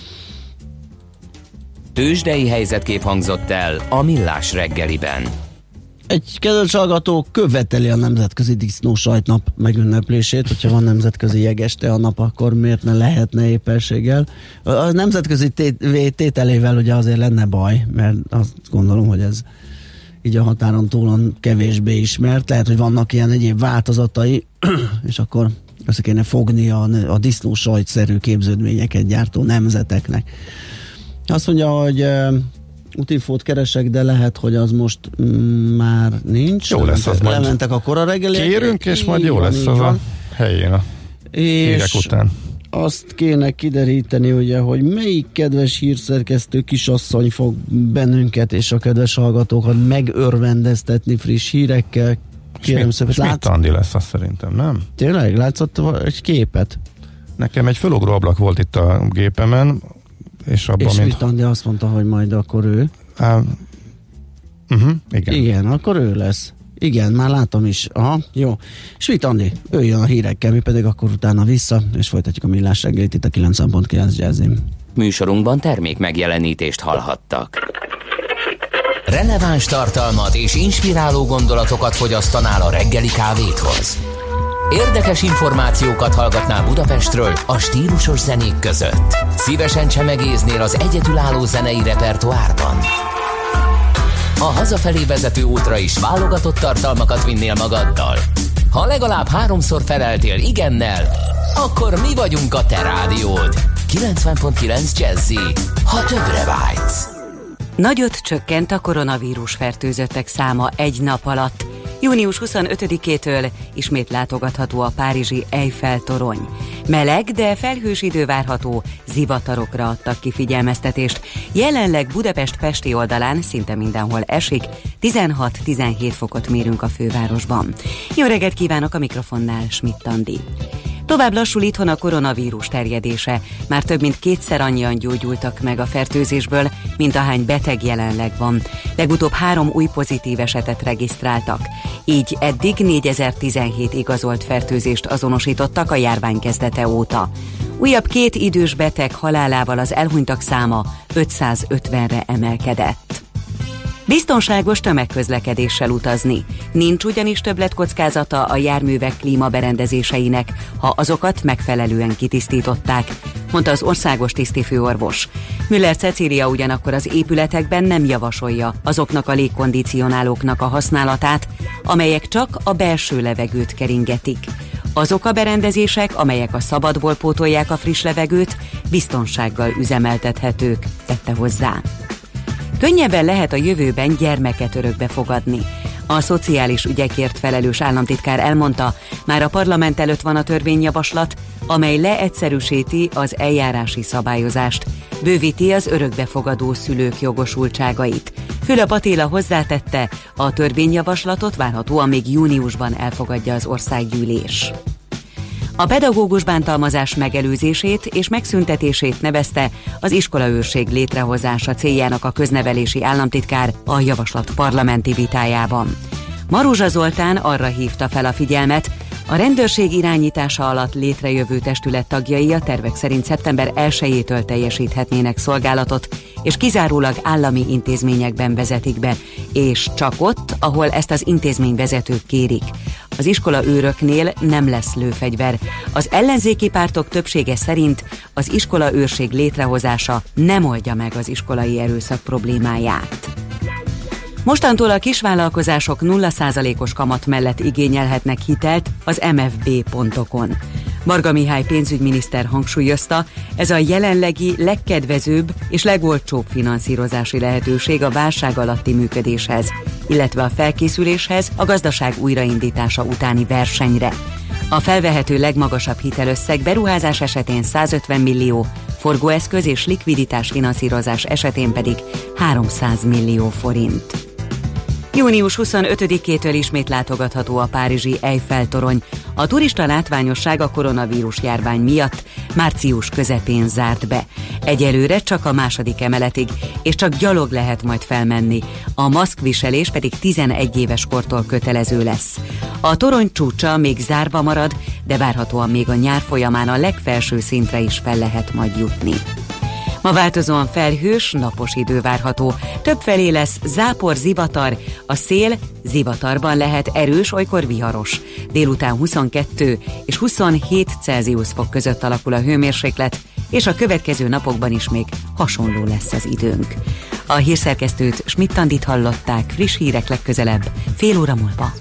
Tőzsdei helyzetkép hangzott el a Millás reggeliben. Egy kedves hallgató követeli a nemzetközi disznó sajtnap megünneplését, hogyha van nemzetközi jegeste a nap, akkor miért ne lehetne éppenséggel. A nemzetközi té- tételével ugye azért lenne baj, mert azt gondolom, hogy ez így a határon túlon kevésbé ismert. Lehet, hogy vannak ilyen egyéb változatai, és akkor össze kéne fogni a, a disznó sajtszerű képződményeket gyártó nemzeteknek. Azt mondja, hogy uh, útinfót keresek, de lehet, hogy az most mm, már nincs. Jó lesz az majd. Lementek a kora reggeliek. Kérünk, és majd jó van, lesz az van. A helyén a hírek után. Azt kéne kideríteni, ugye, hogy melyik kedves hírszerkesztő kisasszony fog bennünket és a kedves hallgatókat megörvendeztetni friss hírekkel. Kérem szépen. Schmidt Andi lesz az szerintem, nem? Tényleg? Látszott egy képet? Nekem egy fölugró ablak volt itt a gépemen, és abban és mint... Schmidt azt mondta, hogy majd akkor ő. Uh, uh-huh, igen. Igen, akkor ő lesz. Igen, már látom is. Aha, jó. Schmidt Andi, ő jön a hírekkel, mi pedig akkor utána vissza, és folytatjuk a Millás reggelit itt a kilencven pont kilenc Jazzin. Műsorunkban termék megjelenítést hallhattak. Releváns tartalmat és inspiráló gondolatokat fogyasztanál a reggeli kávéthoz. Érdekes információkat hallgatnál Budapestről a stílusos zenék között. Szívesen csemegéznél az egyedülálló zenei repertoárban. A hazafelé vezető útra is válogatott tartalmakat vinnél magaddal. Ha legalább háromszor feleltél igennel, akkor mi vagyunk a te rádiód. kilencven pont kilenc Jazzy, ha többre vágysz. Nagyot csökkent a koronavírus fertőzöttek száma egy nap alatt. június huszonötödikétől ismét látogatható a párizsi Eiffel-torony. Meleg, de felhős idő várható, zivatarokra adtak ki figyelmeztetést. Jelenleg Budapest-Pesti oldalán szinte mindenhol esik, tizenhat-tizenhét fokot mérünk a fővárosban. Jó reggelt kívánok, a mikrofonnál Schmidt Andi. Tovább lassul itthon a koronavírus terjedése. Már több mint kétszer annyian gyógyultak meg a fertőzésből, mint ahány beteg jelenleg van. Legutóbb három új pozitív esetet regisztráltak. Így eddig négyezer-tizenhét igazolt fertőzést azonosítottak a járvány kezdete óta. Újabb két idős beteg halálával az elhunytak száma ötszázötvenre emelkedett. Biztonságos tömegközlekedéssel utazni. Nincs ugyanis többletkockázata a járművek klímaberendezéseinek, ha azokat megfelelően kitisztították, mondta az országos tisztifőorvos. Müller Cecília ugyanakkor az épületekben nem javasolja azoknak a légkondicionálóknak a használatát, amelyek csak a belső levegőt keringetik. Azok a berendezések, amelyek a szabadból pótolják a friss levegőt, biztonsággal üzemeltethetők, tette hozzá. Könnyebben lehet a jövőben gyermeket örökbe fogadni. A szociális ügyekért felelős államtitkár elmondta, már a parlament előtt van a törvényjavaslat, amely leegyszerűsíti az eljárási szabályozást, bővíti az örökbefogadó szülők jogosultságait. Fülöp Attila hozzátette, a törvényjavaslatot várhatóan még júniusban elfogadja az országgyűlés. A pedagógus bántalmazás megelőzését és megszüntetését nevezte az iskolaőrség létrehozása céljának a köznevelési államtitkár a javaslat parlamenti vitájában. Maruzsa Zoltán arra hívta fel a figyelmet, a rendőrség irányítása alatt létrejövő testület tagjai a tervek szerint szeptember elsejétől teljesíthetnének szolgálatot, és kizárólag állami intézményekben vezetik be, és csak ott, ahol ezt az intézményvezetők kérik. Az iskola őröknél nem lesz lőfegyver. Az ellenzéki pártok többsége szerint az iskola őrség létrehozása nem oldja meg az iskolai erőszak problémáját. Mostantól a kisvállalkozások nulla százalékos kamat mellett igényelhetnek hitelt az em ef bé pontokon. Varga Mihály pénzügyminiszter hangsúlyozta, ez a jelenlegi legkedvezőbb és legolcsóbb finanszírozási lehetőség a válság alatti működéshez, illetve a felkészüléshez, a gazdaság újraindítása utáni versenyre. A felvehető legmagasabb hitelösszeg beruházás esetén százötven millió, forgóeszköz és likviditás finanszírozás esetén pedig háromszáz millió forint. június huszonötödikétől ismét látogatható a párizsi Eiffel-torony. A turista látványosság a koronavírus járvány miatt március közepén zárt be. Egyelőre csak a második emeletig, és csak gyalog lehet majd felmenni. A maszkviselés pedig tizenegy éves kortól kötelező lesz. A torony csúcsa még zárva marad, de várhatóan még a nyár folyamán a legfelső szintre is fel lehet majd jutni. Ma változóan felhős, napos idő várható. Többfelé lesz zápor, zivatar, a szél zivatarban lehet erős, olykor viharos. Délután huszonkettő és huszonhét Celsius fok között alakul a hőmérséklet, és a következő napokban is még hasonló lesz az időnk. A hírszerkesztőt, Schmidt-Tandit hallották, friss hírek legközelebb, fél óra múlva.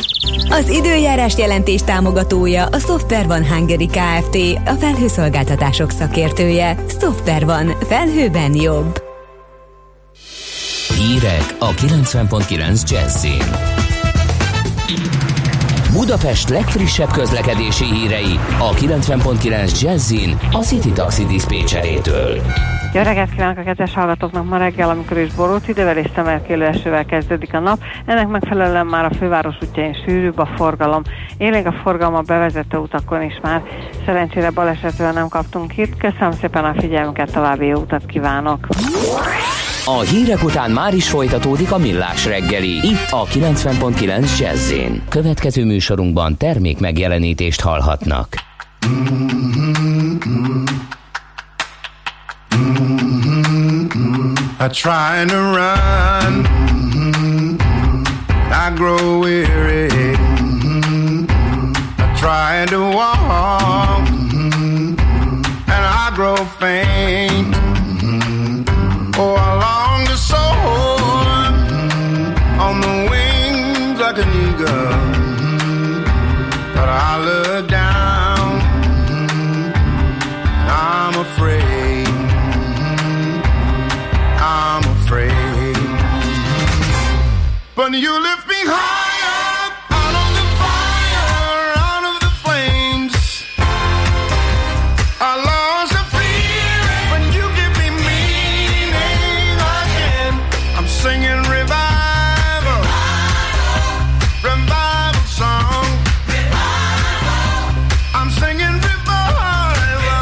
Az időjárás jelentés támogatója a Software One Hungary Kft., a felhőszolgáltatások szakértője. Software One. Felhőben jobb. Hírek a kilencven pont kilenc Jazzin. Budapest legfrissebb közlekedési hírei a kilencven pont kilenc Jazzin a City Taxi diszpécserétől. Jó reggelt kívánok a kedves hallgatóknak! Ma reggel, amikor is borult idővel és szemelkélő esővel kezdődik a nap, ennek megfelelően már a főváros útjain sűrűbb a forgalom. Élénk a forgalom a bevezető utakon is már. Szerencsére balesetről nem kaptunk hírt. Köszönöm szépen a figyelmüket, további jó utat kívánok! A hírek után már is folytatódik a Millás reggeli, itt a kilencven pont kilenc Jazzin. Következő műsorunkban termék megjelenítést hallhatnak. I try to run, I grow weary. I try to walk, and I grow faint. Oh, I long to soar on the wings like an eagle, but I look down, and I'm afraid. I'm afraid, but you lift me higher, out of the fire, out of the flames. I lost the fear, but you give me meaning again. I'm singing revival, revival song. I'm singing revival,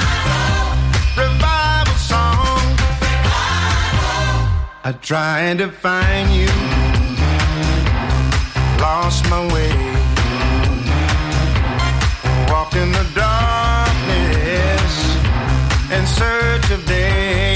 revival song. I tried to find you, lost my way, walked in the darkness in search of day.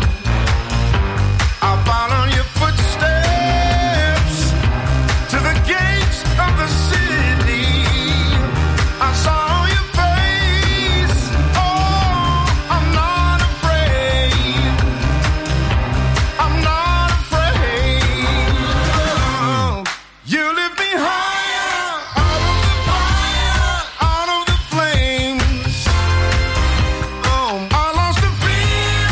I'll follow your footsteps to the gates of the city. I saw your face, oh, I'm not afraid. I'm not afraid. Oh, you lift me higher, out of the fire, out of the flames. Oh, I lost the fear,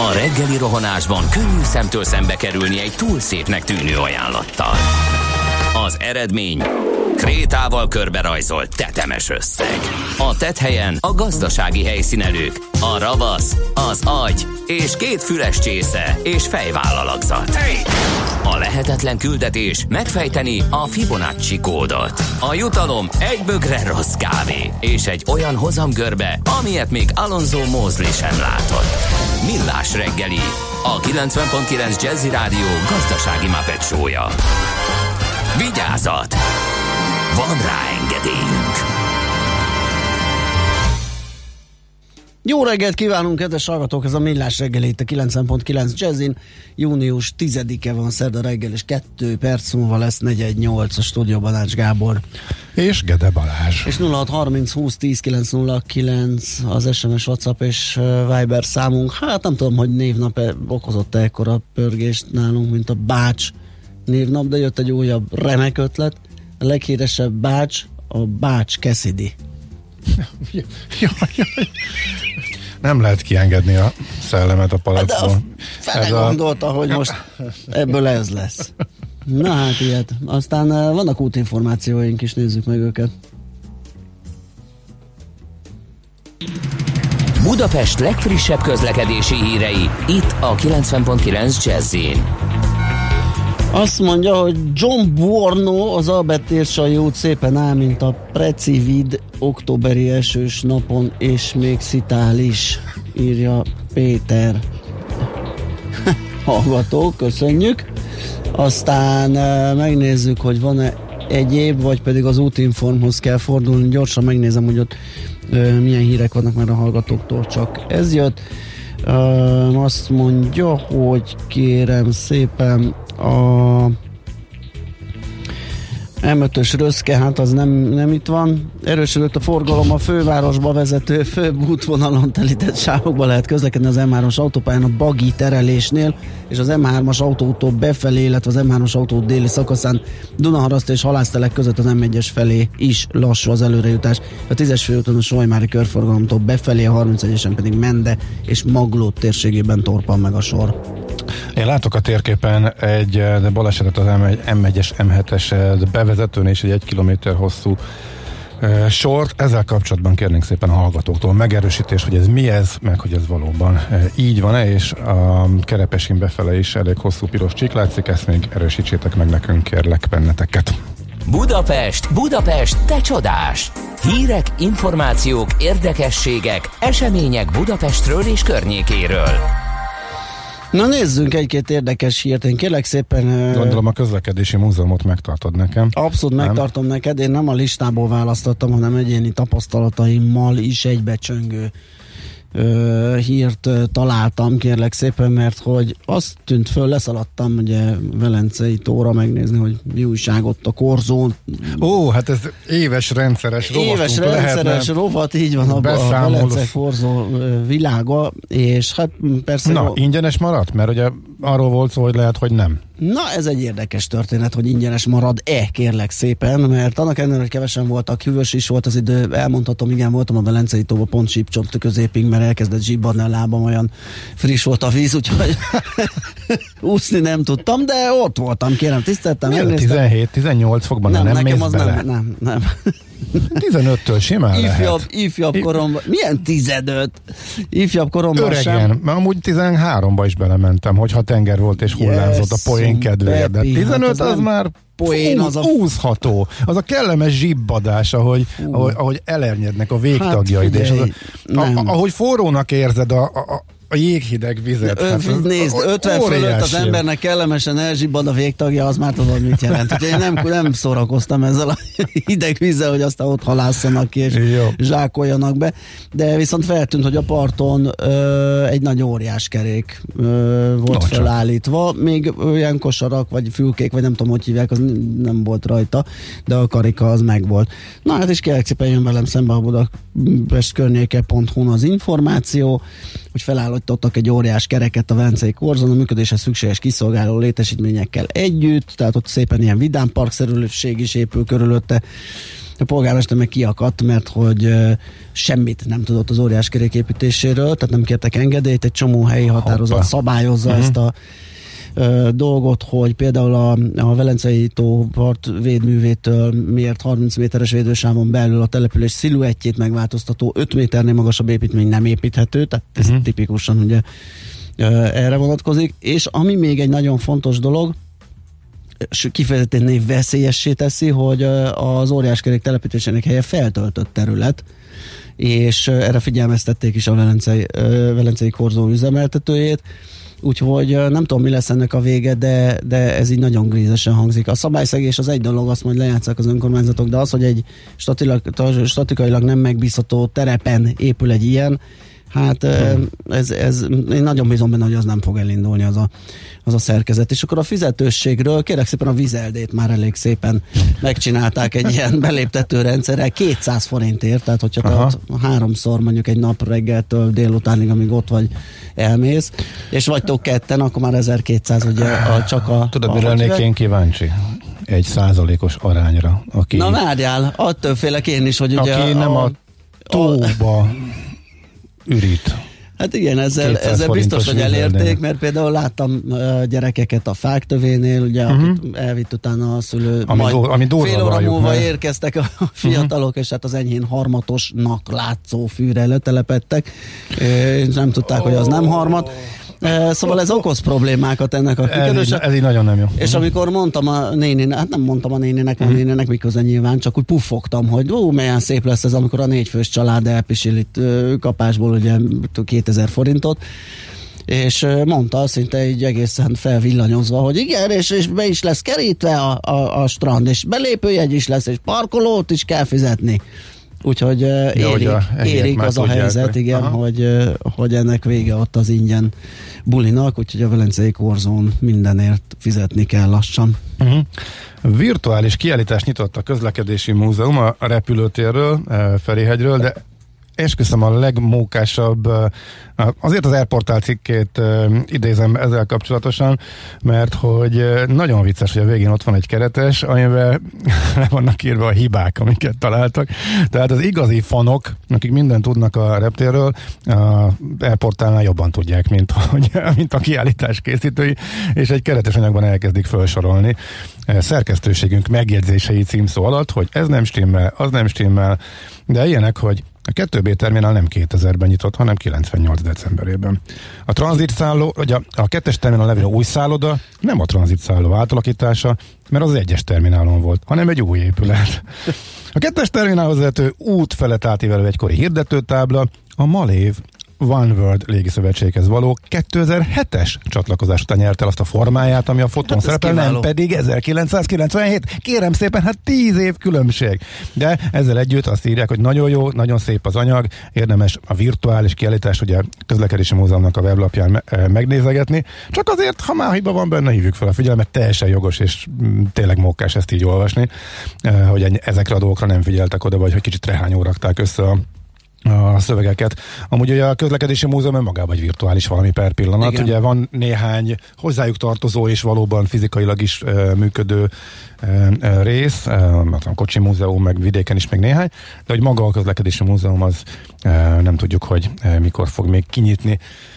A reggeli rohanásban könnyű szemtől szembe kerülni egy túl szépnek tűnő ajánlattal. Az eredmény... krétával körberajzolt tetemes összeg. A tetthelyen a gazdasági helyszínelők, a ravasz, az agy és két füles csésze és fejvállalakzat. A lehetetlen küldetés megfejteni a Fibonacci kódot. A jutalom egy bögre rossz kávé és egy olyan hozamgörbe, amilyet még Alonso Mosley sem látott. Millás reggeli, a kilencven pont kilenc Jazzy Rádió gazdasági Muppet show-ja. Vigyázat! Van rá engedélyünk! Jó reggelt kívánunk, kedves hallgatók! Ez a Millás reggeli itt a kilencven pont kilenc Jazzin. Június tizedike van, szerda reggel, és kettő perc múlva lesz negyvennyolc a stúdióban Ács Gábor. És Gede Balázs. És nulla hat harminc húsz tíz kilenc nulla kilenc az es em es, WhatsApp és Viber számunk. Hát nem tudom, hogy névnap okozott-e ekkora pörgést nálunk, mint a Bács névnap, de jött egy újabb remek ötlet. A leghíresebb Bács, a Bács Cassidy. Jaj, jaj. Nem lehet kiengedni a szellemet a palackból. Fele gondolta, a... hogy most ebből ez lesz. Na hát ilyet. Aztán vannak útinformációink is, nézzük meg őket. Budapest legfrissebb közlekedési hírei, itt a kilencven pont kilenc Jazzin. Azt mondja, hogy John Buorno az Albert Térsai út szépen áll, mint a Precivid októberi esős napon, és még szitál is, írja Péter. Hallgató, köszönjük. Aztán uh, megnézzük, hogy van-e egyéb, vagy pedig az útinformhoz kell fordulni. Gyorsan megnézem, hogy ott uh, milyen hírek vannak, mert a hallgatóktól csak ez jött. Uh, azt mondja, hogy kérem szépen a em ötös röszke, hát az nem, nem itt van. Erősödött a forgalom a fővárosba vezető főbb útvonalon telített sávokba lehet közlekedni az em hármas autópályán a Bagi terelésnél, és az em hármas autótól befelé, illetve az em hármas autó déli szakaszán Dunaharaszt és Halásztelek között az em egyes felé is lassú az előrejutás. A tízes főúton a Solymári körforgalomtól befelé, a harmincegyesen pedig Mende és Maglód térségében torpan meg a sor. Én látok a térképen egy de balesetet az em egyes em hetes bevezetőn és egy egy kilométer hosszú e, sort. Ezzel kapcsolatban kérnénk szépen a hallgatóktól megerősítés, hogy ez mi ez, meg hogy ez valóban e, így van-e, és a Kerepesin befele is elég hosszú piros csík látszik, ezt még erősítsétek meg nekünk, kérlek benneteket. Budapest, Budapest, te csodás! Hírek, információk, érdekességek, események Budapestről és környékéről. Na nézzünk egy-két érdekes hírt, én kérlek szépen... Gondolom a közlekedési múzeumot megtartod nekem. Abszolút nem? Megtartom neked, én nem a listából választottam, hanem egyéni tapasztalataimmal is egybecsöngő ö, hírt ö, találtam, kérlek szépen, mert hogy azt tűnt föl, leszaladtam ugye Velencei tóra megnézni, hogy mi újság ott a Korzón. Ó, hát ez éves rendszeres rovatunk Éves rendszeres rovat, így van a, a Velence Korzó világa, és hát persze... Na, ingyenes maradt? Mert ugye arról volt szó, hogy lehet, hogy nem. Na, ez egy érdekes történet, hogy ingyenes marad-e, kérlek szépen, mert annak ellenére, hogy kevesen voltak, hűvös is volt az idő, elmondhatom, igen, voltam a Velencei tóba pont sípcsont középig, mert elkezdett zsibbadni a lábam, olyan friss volt a víz, úgyhogy úszni nem tudtam, de ott voltam, kérem, tiszteltem. tizenhét tizennyolc fokban nem, nem mész az bele. Nem, nem, nem. tizenöttől simán ifjabb, lehet. Ifjabb koromban. Milyen tizenöt? Ifjabb koromban öregen, sem. mert amúgy tizenháromba is belementem, hogyha tenger volt és hullámzott a poén kedvéért. De tizenöt hát az, az már poén, az a... úszható. Az a kellemes zsibbadás, ahogy, ahogy, ahogy elernyednek a végtagjaid. Hát, és az a, a, ahogy forrónak érzed a, a a jéghideg vizet. Ö, hát, nézd, ötven fölött az embernek kellemesen elzsibbad a végtagja, az már tudod, mit jelent. Úgyhogy én nem, nem szórakoztam ezzel a hideg vízzel, hogy aztán ott halásszanak ki és jó. Zsákoljanak be. De viszont feltűnt, hogy a parton ö, egy nagy óriás kerék ö, volt Nocsak. felállítva. Még olyan kosarak, vagy fülkék, vagy nem tudom, hogy hívják, az nem volt rajta, de a karika az megvolt. Na hát is kérlek szépen jön velem szembe a budapest környéke pont hu az információ, hogy felállítottak egy óriás kereket a Velencei Korzón, a működéshez szükséges kiszolgáló létesítményekkel együtt, tehát ott szépen ilyen vidámparkszerűség is épül körülötte. A polgármester meg kiakadt, mert hogy uh, semmit nem tudott az óriáskerék építéséről, tehát nem kértek engedélyt, egy csomó helyi határozat Hoppa. szabályozza uh-huh. ezt a uh, dolgot, hogy például a, a Velencei tó partvédművétől miért harminc méteres védősávon belül a település sziluettjét megváltoztató öt méternél magasabb építmény nem építhető, tehát ez uh-huh. tipikusan ugye uh, erre vonatkozik, és ami még egy nagyon fontos dolog, kifejezetten név veszélyessé teszi, hogy az óriáskerék telepítésének helye feltöltött terület, és erre figyelmeztették is a Velencei, Velencei korzó üzemeltetőjét, úgyhogy nem tudom, mi lesz ennek a vége, de, de ez így nagyon grízesen hangzik. A szabályszegés az egy dolog, azt majd lejátszák az önkormányzatok, de az, hogy egy statilag, statikailag nem megbízható terepen épül egy ilyen, hát ez, ez, én nagyon bízom benne, hogy az nem fog elindulni az a, az a szerkezet. És akkor a fizetősségről, kérlek szépen a Vizeldét már elég szépen megcsinálták egy ilyen beléptető rendszerrel, kétszáz forintért, tehát hogyha te háromszor mondjuk egy nap reggeltől délutánig, amíg ott vagy, elmész, és vagytok ketten, akkor már ezerkétszáz ugye a, csak a... Tudod, mire lennék én kíváncsi? Egy százalékos arányra. Aki, Na várjál, attól félek én is, hogy ugye... Aki nem a, a tóba... ürít. Hát igen, ezzel, ezzel biztos, hogy elérték, mert például láttam uh, gyerekeket a fák tövénél, ugye, uh-huh. akit elvitt utána a szülő, ami majd do, ami fél óra múlva meg. érkeztek a fiatalok, uh-huh. és hát az enyhén harmatosnak látszó fűre letelepedtek, és nem tudták, oh. hogy az nem harmat. Szóval ez okoz problémákat ennek a kikerülésre. Ez, ez így nagyon nem jó. És amikor mondtam a néninek, hát nem mondtam a néninek, a uh-huh. néninek miközben nyilván, csak úgy puffogtam, hogy ó, milyen szép lesz ez, amikor a négyfős család elpisil itt kapásból ugye kétezer forintot, és mondta szinte így egészen felvillanyozva, hogy igen, és, és be is lesz kerítve a, a, a strand, és belépőjegy is lesz, és parkolót is kell fizetni. Úgyhogy uh, érik, érik az a helyzet, igen, hogy, uh, hogy ennek vége ott az ingyen bulinak, úgyhogy a Velencei korzón mindenért fizetni kell lassan. Uh-huh. Virtuális kiállítást nyitott a Közlekedési Múzeum a repülőtérről, Ferihegyről, de esküszöm a legmókásabb, azért az Airportál cikkét idézem ezzel kapcsolatosan, mert hogy nagyon vicces, hogy a végén ott van egy keretes, amiben le vannak írva a hibák, amiket találtak. Tehát az igazi fanok, akik mindent tudnak a reptérről, a Airportálnál jobban tudják, mint, hogy, mint a kiállítás készítői, és egy keretes anyagban elkezdik felsorolni szerkesztőségünk megjegyzései címszó alatt, hogy ez nem stimmel, az nem stimmel, de ilyenek, hogy a kettő bé terminál nem kétezerben nyitott, hanem kilencvennyolc decemberében. A tranzitszálló, vagy a, a kettes terminál levő új szálloda nem a tranzitszálló átalakítása, mert az egyes terminálon volt, hanem egy új épület. A kettes terminálhoz vezető út felett átívelő egykori hirdetőtábla a Malév One World légiszövetséghez való kétezer-hetes csatlakozás után nyerte el azt a formáját, ami a fotón hát szerepel, nem pedig ezerkilencszázkilencvenhét. Kérem szépen, hát tíz év különbség. De ezzel együtt azt írják, hogy nagyon jó, nagyon szép az anyag, érdemes a virtuális kiállítás, ugye a Közlekedési Múzeumnak a weblapján me- megnézegetni. Csak azért, ha már hiba van benne, hívjuk fel a figyelmet, teljesen jogos, és m, tényleg mókás ezt így olvasni, eh, hogy ezekre a dolgokra nem figyeltek oda, vagy hogy kicsit rehányó rakták össze a a szövegeket. Amúgy ugye a Közlekedési Múzeum magában egy virtuális valami per pillanat. Igen. Ugye van néhány hozzájuk tartozó és valóban fizikailag is e, működő e, rész, e, a Kocsi Múzeum, meg vidéken is még néhány, de hogy maga a Közlekedési Múzeum az e, nem tudjuk, hogy e, mikor fog még kinyitni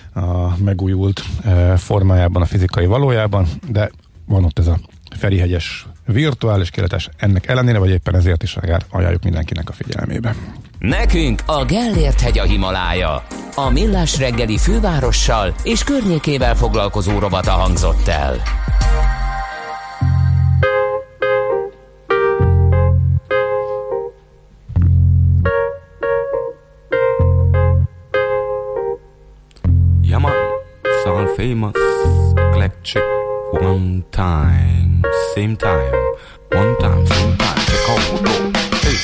a megújult e, formájában, a fizikai valójában, de van ott ez a Ferihegyes virtuális kiállítás, ennek ellenére, vagy éppen ezért is ajánljuk mindenkinek a figyelmébe. Nekünk a Gellért hegy a Himalája. A Millás reggeli fővárossal és környékével foglalkozó rovata hangzott el. Yeah man, sound famous, eclectic, one time, same time, one time, same time, check out we go, hey.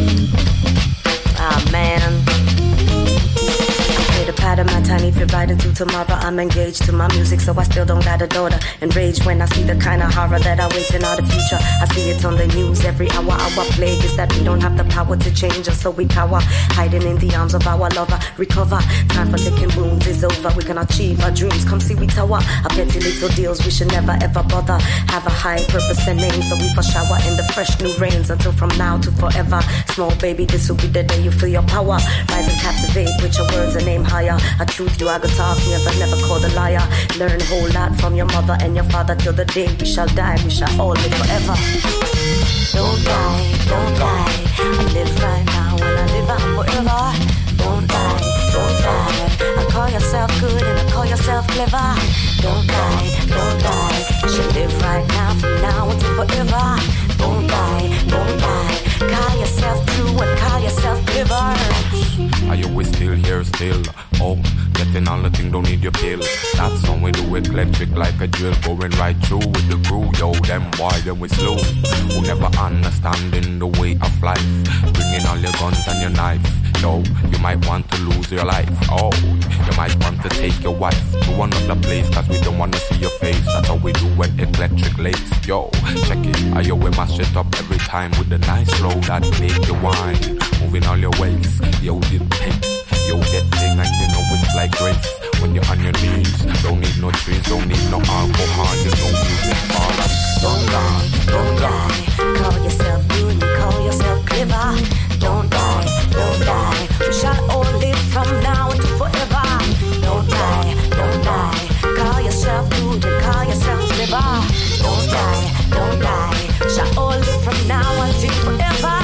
Ah man, I play the part of my tiny fit right into tomorrow. I'm engaged to my music, so I still don't got a daughter. Enraged when I see the kind of horror that awaiting all the future. I see it on the news every hour. Our plague is that we don't have the power to change us, so we cower, hiding in the arms of our lover. Recover, time for licking wounds is over. We can achieve our dreams, come see we tower. Our petty little deals, we should never ever bother. Have a high purpose and name, so we for shower in the fresh new rains until from now to forever. Small baby, this will be the day you feel your power. Rise and captivate with your words and aim higher. A truth you I could talk, never never called a liar. Learn a whole lot from your mother and your father till the day we shall die. We shall all live forever. Don't die, don't die. I live right now and I live on forever. Don't die, don't die. I call yourself good and I call yourself clever. Don't die, don't die. You should live right now from now until forever. Don't die, don't die. Call yourself true and call yourself clever. Are you we still here still? Oh, getting all the thing, don't need your pill. That's how we do it, electric like a drill. Going right through with the crew, yo, them boy, them we slow. Who never understanding the way of life. Bringing all your guns and your knife. Yo, you might want to lose your life. Oh, you might want to take your wife to another place, cause we don't wanna see your face. That's how we do it, electric lace. Yo, check it, are you we mash it up every time with the nice flow that make you whine. Moving all your ways, yo, did pace. Yo, get thing and you know it's like grace. When you're on your knees, don't need no trees, don't need no alcohol, you know music fall. Don't die, don't die. Call yourself good and call yourself clever. Don't die, don't die. We shall all live from now until forever. Don't die, don't die. Call yourself good and call yourself clever. Don't die, don't die. We shall all live from now until forever.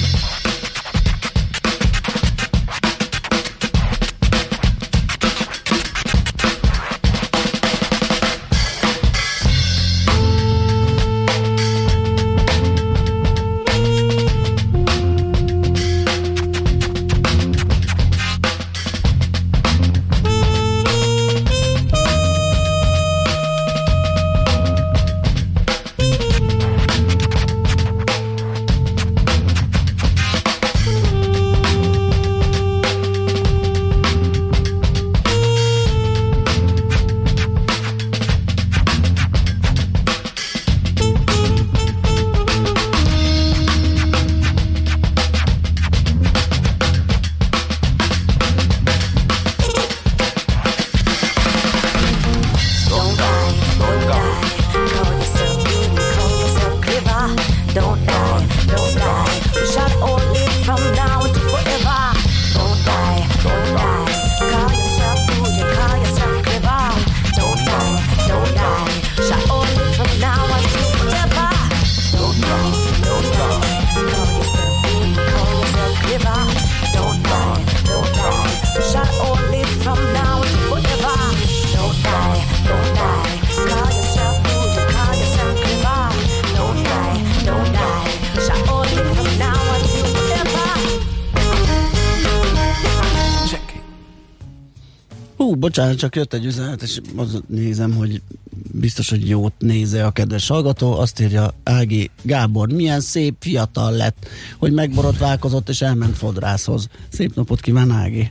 Bocsánat, csak jött egy üzenet, és azt nézem, hogy biztos, hogy jót néze a kedves hallgató. Azt írja Ági Gábor, milyen szép fiatal lett, hogy megborotválkozott és elment fodrászhoz. Szép napot kíván, Ági!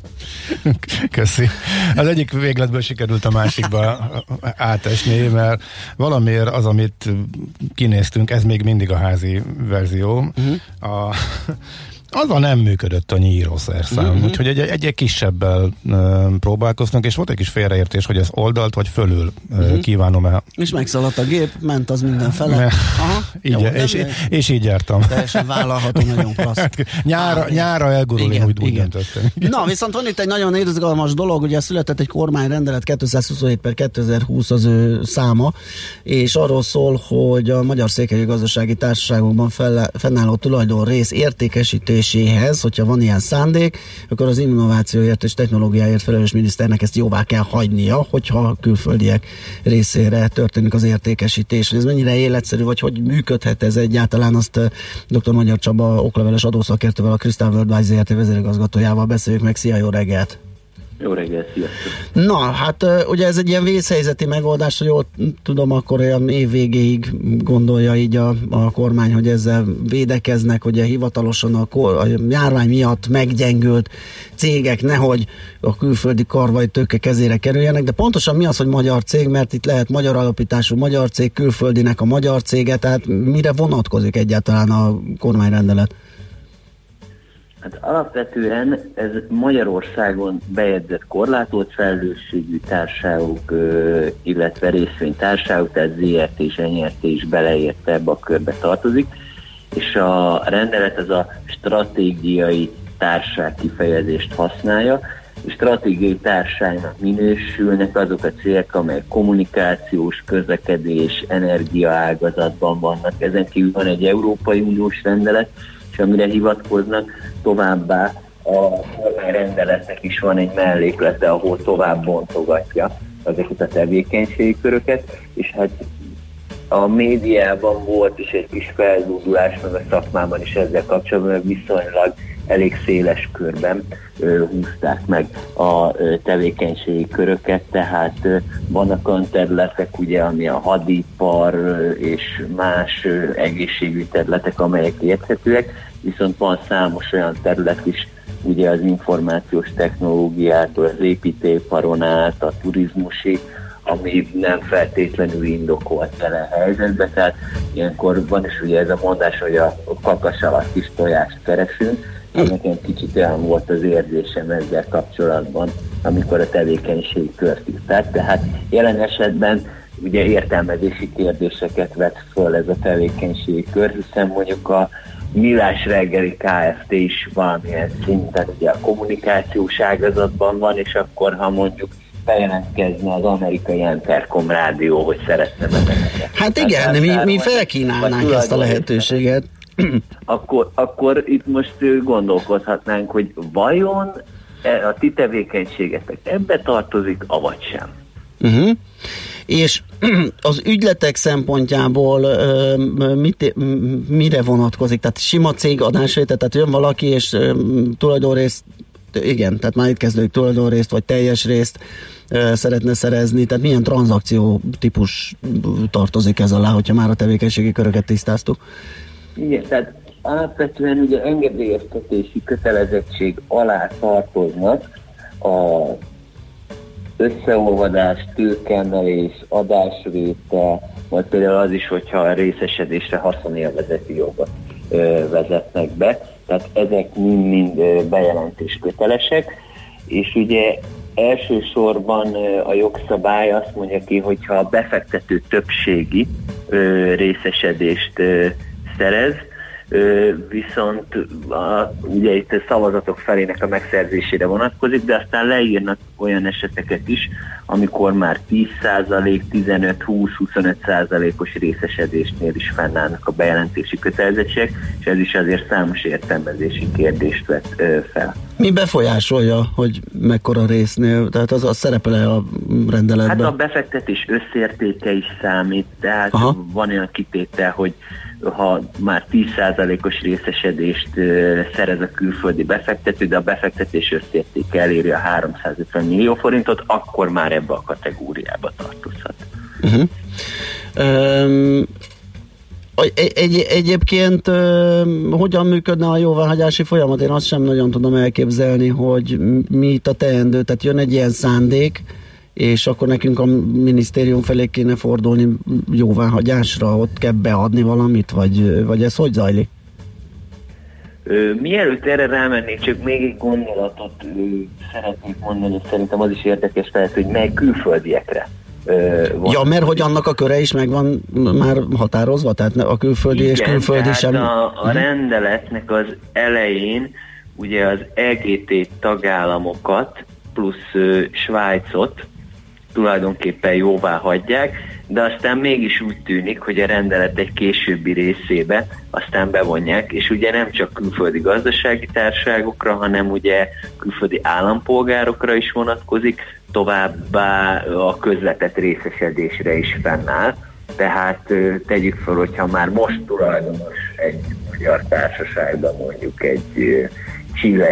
Köszi. Az egyik végletből sikerült a másikba átesni, mert valamiért az, amit kinéztünk, ez még mindig a házi verzió. Uh-huh. A azzal nem működött a nyírószerszám, mm-hmm. úgyhogy egy, egy, egy kisebbel uh, próbálkoztunk, és volt egy kis félreértés, hogy ez oldalt vagy fölül uh, mm-hmm. kívánom-e. És megszaladt a gép, ment az mindenfele. Aha, így, jó, és, és, és így jártam. Teljesen vállalható, nagyon klassz. Nyára, ah, nyára elgurul, én úgy, úgy döntöttem. Na, viszont van itt egy nagyon izgalmas dolog, ugye született egy kormányrendelet kétszázhuszonhét per kétezer-húsz az ő száma, és arról szól, hogy a Magyar Székely Gazdasági Társaságokban fel, fennálló tulajdonrész értékesítés működéséhez, hogyha van ilyen szándék, akkor az innovációért és technológiáért felelős miniszternek ezt jóvá kell hagynia, hogyha külföldiek részére történik az értékesítés. Ez mennyire életszerű, vagy hogy működhet ez egyáltalán, azt dr. Magyar Csaba okleveles adószakértővel, a Crystal Worldwide Zé Er Té vezérigazgatójával beszéljük meg. Szia, jó reggelt! Jó reggel, sziasztok! Na, hát ugye ez egy ilyen vészhelyzeti megoldás, hogy jól tudom, akkor olyan év végéig gondolja így a, a kormány, hogy ezzel védekeznek, ugye hivatalosan a, kor, a járvány miatt meggyengült cégek nehogy a külföldi kar vagy tőke kezére kerüljenek, de pontosan mi az, hogy magyar cég, mert itt lehet magyar alapítású magyar cég, külföldinek a magyar cége, tehát mire vonatkozik egyáltalán a kormányrendelet? Hát alapvetően ez Magyarországon bejegyzett korlátolt felelősségű társaságok, illetve részvénytársaságok, tehát zé er té és en er té is beleérte, ebbe a körbe tartozik, és a rendelet az a stratégiai társaság kifejezést használja, és stratégiai társaságnak minősülnek azok a cégek, amelyek kommunikációs, közlekedés, energiaágazatban vannak. Ezen kívül van egy Európai Uniós rendelet, és amire hivatkoznak, továbbá a kormányrendeletek is van egy melléklete, ahol tovább bontogatja ezeket a tevékenységi köröket, és hát a médiában volt is egy kis felzúdulás, meg a szakmában is ezzel kapcsolatban, mert viszonylag elég széles körben ö, húzták meg a ö, tevékenységi köröket, tehát ö, vannak olyan területek, ugye, ami a hadipar ö, és más ö, egészségügyi területek, amelyek érthetőek, viszont van számos olyan terület is, ugye az információs technológiától, az építőiparon át, a turizmusig, ami nem feltétlenül indokolt vele a helyzetbe, tehát ilyenkor van is ugye ez a mondás, hogy a kakas alatt kis tojást keresünk. Nekem kicsit olyan volt az érzésem ezzel kapcsolatban, amikor a tevékenységi kört írták. Tehát jelen esetben ugye értelmezési kérdéseket vet föl ez a tevékenységi kör, hiszen mondjuk a Millás reggeli Kft. Is valamilyen szinten ugye a kommunikációs ágazatban van, és akkor ha mondjuk bejelentkezne az amerikai Intercom rádió, hogy szeretne bennünket. Hát igen, hát, mi, mi felkínálnánk ezt a lehetőséget. Akkor, akkor itt most gondolkodhatnánk, hogy vajon a ti tevékenységetek ebbe tartozik, avagy sem. Uh-huh. És az ügyletek szempontjából mit, mire vonatkozik? Tehát sima cég adásvétel, tehát jön valaki és tulajdonrészt, igen, tehát már itt kezdődik tulajdonrészt, vagy teljes részt szeretne szerezni, tehát milyen tranzakció típus tartozik ez alá, hogyha már a tevékenységi köröket tisztáztuk? Igen, tehát alapvetően ugye engedélyeztetési kötelezettség alá tartoznak a összeolvadás, tőkeemelés, adásvétel, vagy például az is, hogyha a részesedésre haszonélvezeti jogot ö, vezetnek be. Tehát ezek mind-mind bejelentés kötelesek, és ugye elsősorban ö, a jogszabály azt mondja ki, hogyha a befektető többségi ö, részesedést ö, szerez, Ö, viszont a, ugye itt a szavazatok felének a megszerzésére vonatkozik, de aztán leírnak olyan eseteket is, amikor már tíz százalék, tizenöt, húsz, huszonöt százalékos részesedésnél is fennállnak a bejelentési kötelezettségek, és ez is azért számos értelmezési kérdést vet ö, fel. Mi befolyásolja, hogy mekkora résznél, tehát az, az szerepel a rendeletben? Hát a befektetés összértéke is számít, tehát Aha. van olyan kitétel, hogy ha már tíz százalékos részesedést uh, szerez a külföldi befektető, de a befektetés összértéke eléri a háromszázötven millió forintot, akkor már ebbe a kategóriába tartozhat. Uh-huh. Um, egy, egy, egyébként uh, hogyan működne a jóváhagyási folyamat? Én azt sem nagyon tudom elképzelni, hogy mi itt a teendő, tehát jön egy ilyen szándék, és akkor nekünk a minisztérium felé kéne fordulni jóváhagyásra, ott kell beadni valamit, vagy, vagy ez hogy zajlik? Ö, mielőtt erre rámennék, csak még egy gondolatot ö, szeretnék mondani, szerintem az is érdekes lehet, hogy mely külföldiekre ö, van. Ja, mert hogy annak a köre is meg van már határozva, tehát a külföldi Igen, és külföldi sem... a, a rendeletnek az elején ugye az é gé té tagállamokat plusz ö, Svájcot tulajdonképpen jóvá hagyják, de aztán mégis úgy tűnik, hogy a rendelet egy későbbi részébe aztán bevonják, és ugye nem csak külföldi gazdasági társaságokra, hanem ugye külföldi állampolgárokra is vonatkozik, továbbá a közvetett részesedésre is fennáll. Tehát tegyük fel, hogyha már most tulajdonos egy magyar társaságban mondjuk egy chilei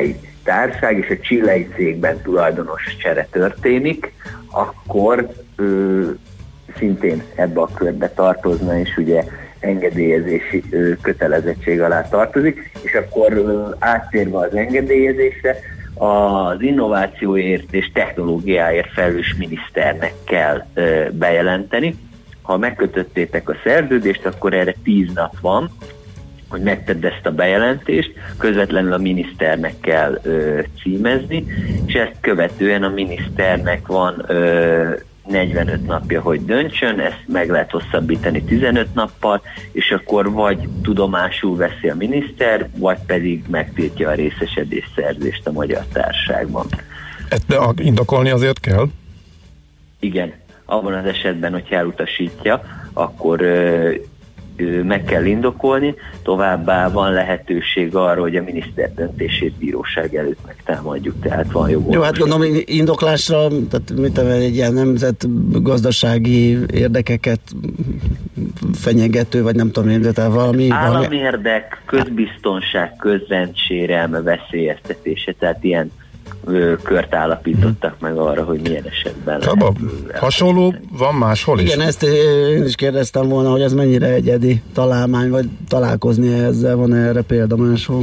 társaság és a chilei cégben tulajdonos csere történik, akkor ö, szintén ebbe a körbe tartozna, és ugye engedélyezési ö, kötelezettség alá tartozik, és akkor ö, áttérve az engedélyezésre, az innovációért és technológiáért felelős miniszternek kell ö, bejelenteni. Ha megkötöttétek a szerződést, akkor erre tíz nap van, hogy megtedd ezt a bejelentést, közvetlenül a miniszternek kell ö, címezni, és ezt követően a miniszternek van ö, negyvenöt napja, hogy döntsön, ezt meg lehet hosszabbítani tizenöt nappal, és akkor vagy tudomásul veszi a miniszter, vagy pedig megtiltja a részesedés szerzést a magyar társaságban. Ezt indokolni azért kell? Igen, abban az esetben, hogyha elutasítja, akkor ö, ö, meg kell indokolni, továbbá van lehetőség arra, hogy a miniszter döntését bíróság előtt megtámadjuk, tehát van jogorvoslat. Jó, hát gondolom indoklásra, tehát mit tudom, egy ilyen nemzetgazdasági érdekeket fenyegető, vagy nem tudom én, de tehát valami... Államérdek, közbiztonság, közrendsérelme veszélyeztetése, tehát ilyen ö, kört állapítottak meg arra, hogy milyen esetben Csaba, hasonló van máshol is? Igen, ezt én is kérdeztem volna, hogy ez mennyire egyedi találmány, vagy találkozni ezzel, van erre példa máshol?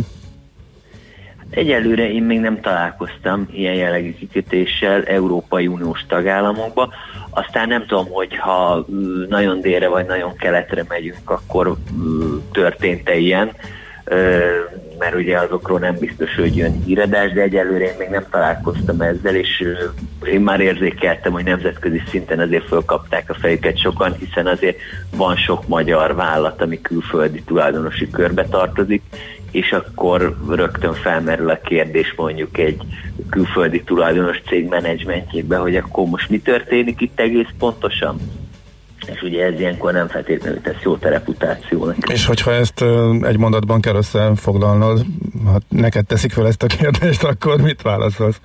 Egyelőre én még nem találkoztam ilyen jellegű kikötéssel Európai Uniós tagállamokba. Aztán nem tudom, hogy ha nagyon délre vagy nagyon keletre megyünk, akkor történt-e ilyen, mert ugye azokról nem biztos, hogy jön híradás, de egyelőre én még nem találkoztam ezzel, és én már érzékeltem, hogy nemzetközi szinten azért fölkapták a fejüket sokan, hiszen azért van sok magyar vállalat, ami külföldi tulajdonosi körbe tartozik, és akkor rögtön felmerül a kérdés mondjuk egy külföldi tulajdonos cég menedzsmentjében, hogy akkor most mi történik itt egész pontosan? És ugye ez ilyenkor nem feltétlenül tesz jót a reputációnak. És hogyha ezt egy mondatban kell összefoglalnod, ha neked teszik fel ezt a kérdést, akkor mit válaszolsz?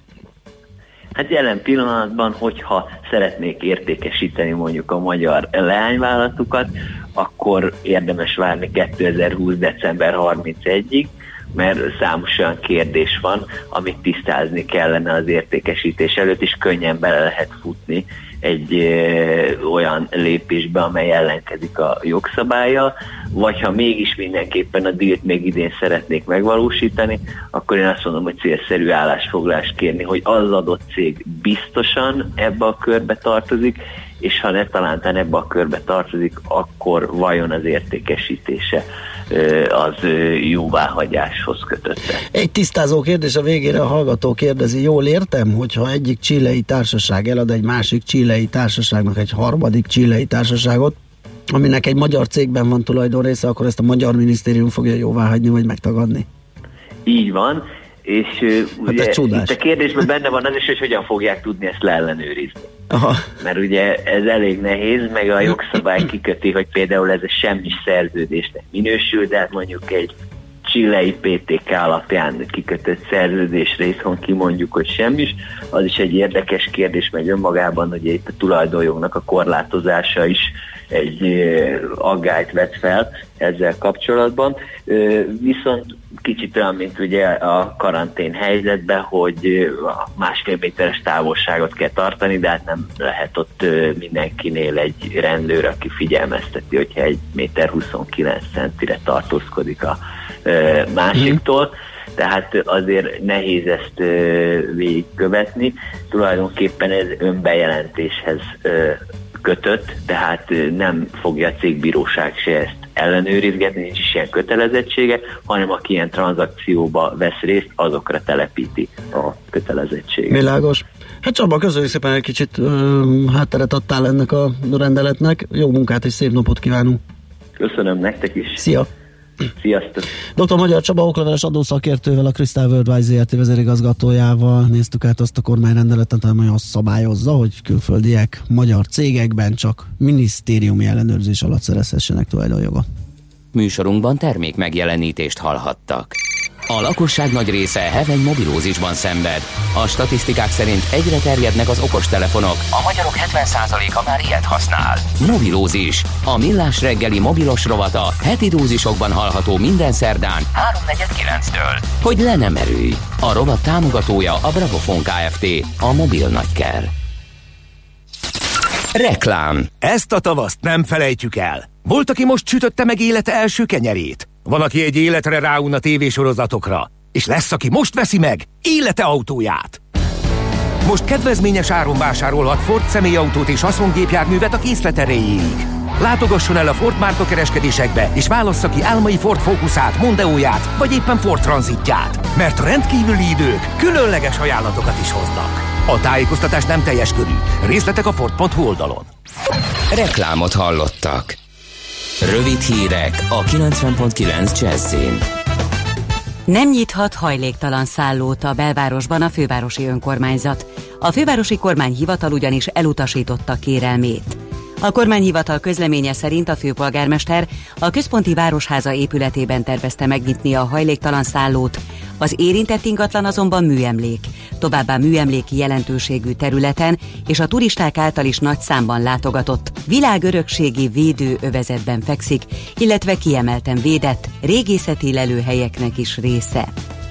Hát jelen pillanatban, hogyha szeretnék értékesíteni mondjuk a magyar leányvállalatukat, akkor érdemes várni kétezer-húsz. december harmincegyedikéig, mert számos olyan kérdés van, amit tisztázni kellene az értékesítés előtt, és könnyen bele lehet futni egy ö, olyan lépésbe, amely ellenkezik a jogszabállyal, vagy ha mégis mindenképpen a dílt még idén szeretnék megvalósítani, akkor én azt mondom, hogy célszerű állásfoglalást kérni, hogy az adott cég biztosan ebbe a körbe tartozik, és ha ne talántán ebbe a körbe tartozik, akkor vajon az értékesítése az jóváhagyáshoz kötötte. Egy tisztázó kérdés a végére, a hallgató kérdezi, jól értem, hogyha egyik chilei társaság elad egy másik chilei társaságnak egy harmadik chilei társaságot, aminek egy magyar cégben van tulajdonrésze, akkor ezt a magyar minisztérium fogja jóváhagyni, vagy megtagadni? Így van, és hát ugye itt a kérdésben benne van az is, hogy hogyan fogják tudni ezt leellenőrizni. Aha. Mert ugye ez elég nehéz, meg a jogszabály kiköti, hogy például ez a semmis szerződésnek minősül, de hát mondjuk egy chilei pé té ká alapján kikötött szerződésre itthon kimondjuk, hogy semmis, az is egy érdekes kérdés, meg önmagában, hogy itt a tulajdonjognak a korlátozása is egy aggályt vet fel ezzel kapcsolatban. Viszont kicsit olyan, mint ugye a karantén helyzetben, hogy másfél méteres távolságot kell tartani, de hát nem lehet ott mindenkinél egy rendőr, aki figyelmezteti, hogyha egy méter huszonkilenc centire tartózkodik a másiktól. Tehát azért nehéz ezt végigkövetni. Tulajdonképpen ez önbejelentéshez kötött, tehát nem fogja a cégbíróság se ezt ellenőrizgetni, nincs is ilyen kötelezettsége, hanem aki ilyen tranzakcióba vesz részt, azokra telepíti a kötelezettséget. Világos. Hát Csaba, köszönjük szépen, egy kicsit ö, hátteret adtál ennek a rendeletnek. Jó munkát és szép napot kívánunk. Köszönöm nektek is. Szia! Sziasztok! doktor Magyar Csaba okleveles adószakértővel, a Crystal Worldwide zé er té vezérigazgatójával néztük át azt a kormányrendeletet, amely azt szabályozza, hogy külföldiek magyar cégekben csak minisztériumi ellenőrzés alatt szerezhessenek tulajdonjogot. Műsorunkban termék megjelenítést hallhattak. A lakosság nagy része heveny mobilózisban szenved. A statisztikák szerint egyre terjednek az okostelefonok. A magyarok hetven százaléka már ilyet használ. Mobilózis. A millás reggeli mobilos rovata heti dózisokban hallható minden szerdán háromnegyed kilenctől. Hogy le nem erőj. A rovat támogatója a Bravofon Kft. A mobil nagyker. Reklám. Ezt a tavaszt nem felejtjük el. Volt, aki most sütötte meg élete első kenyerét. Van, aki egy életre ráun a tévésorozatokra. És lesz, aki most veszi meg élete autóját. Most kedvezményes áron vásárolhat Ford személyautót és haszongépjárművet a készlet erejéig. Látogasson el a Ford márka kereskedésekbe, és válassza ki álmai Ford Focusát, Mondeóját, vagy éppen Ford Transitját. Mert a rendkívüli idők különleges ajánlatokat is hoznak. A tájékoztatás nem teljes körű. Részletek a Ford pont hu oldalon. Reklámot hallottak. Rövid hírek a kilencven pont kilenc Jazzin. Nem nyithat hajléktalan szállót a belvárosban a fővárosi önkormányzat. A fővárosi kormányhivatal ugyanis elutasította kérelmét. A kormányhivatal közleménye szerint a főpolgármester a központi városháza épületében tervezte megnyitni a hajléktalan szállót, az érintett ingatlan azonban műemlék, továbbá műemléki jelentőségű területen és a turisták által is nagy számban látogatott világörökségi védőövezetben fekszik, illetve kiemelten védett régészeti lelőhelyeknek is része.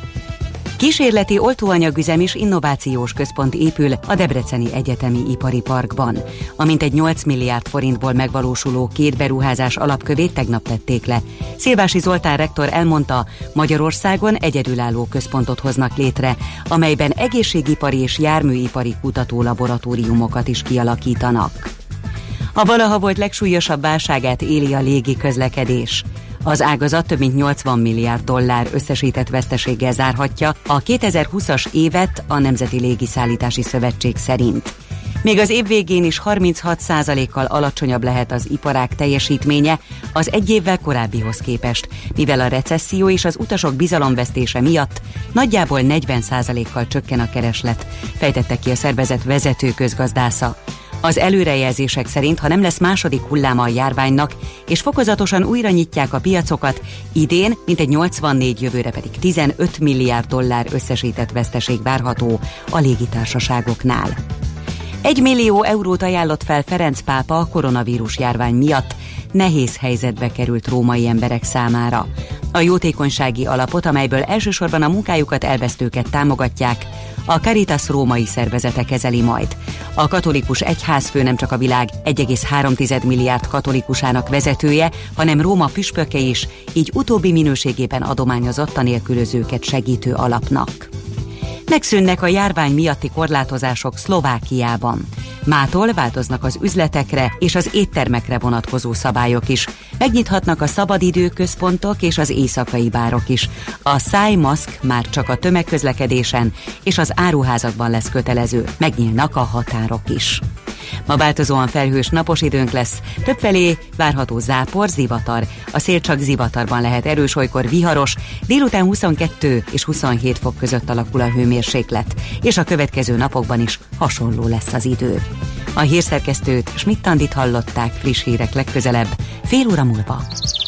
Kísérleti oltóanyagüzem és innovációs központ épül a Debreceni Egyetemi Ipari Parkban. A mintegy nyolc milliárd forintból megvalósuló két beruházás alapkövét tegnap tették le. Szilvási Zoltán rektor elmondta, Magyarországon egyedülálló központot hoznak létre, amelyben egészségipari és járműipari kutatólaboratóriumokat is kialakítanak. A valaha volt legsúlyosabb válságát éli a légi közlekedés. Az ágazat több mint nyolcvan milliárd dollár összesített veszteséggel zárhatja a kétezer-húszas évet a Nemzeti Légiszállítási Szövetség szerint. Még az év végén is harminchat százalékkal alacsonyabb lehet az iparág teljesítménye az egy évvel korábbihoz képest, mivel a recesszió és az utasok bizalomvesztése miatt nagyjából negyven százalékkal csökken a kereslet, fejtette ki a szervezet vezető közgazdásza. Az előrejelzések szerint, ha nem lesz második hulláma a járványnak, és fokozatosan újra nyitják a piacokat, idén mintegy nyolcvannégy, jövőre pedig tizenöt milliárd dollár összesített veszteség várható a légitársaságoknál. Egy millió eurót ajánlott fel Ferenc pápa a koronavírus járvány miatt nehéz helyzetbe került római emberek számára. A jótékonysági alapot, amelyből elsősorban a munkájukat elvesztőket támogatják, a Caritas római szervezete kezeli majd. A katolikus egyházfő nem csak a világ egy egész három milliárd katolikusának vezetője, hanem Róma püspöke is, így utóbbi minőségében adományozott a nélkülözőket segítő alapnak. Megszűnnek a járvány miatti korlátozások Szlovákiában. Mától változnak az üzletekre és az éttermekre vonatkozó szabályok is. Megnyithatnak a szabadidőközpontok és az éjszakai bárok is. A szájmaszk már csak a tömegközlekedésen és az áruházakban lesz kötelező. Megnyílnak a határok is. Ma változóan felhős napos időnk lesz, többfelé várható zápor, zivatar. A szél csak zivatarban lehet erős, olykor viharos, délután huszonkettő és huszonhét fok között alakul a hőmérséklet, és a következő napokban is hasonló lesz az idő. A hírszerkesztőt, Schmidt-Tandit hallották, friss hírek legközelebb, fél óra múlva.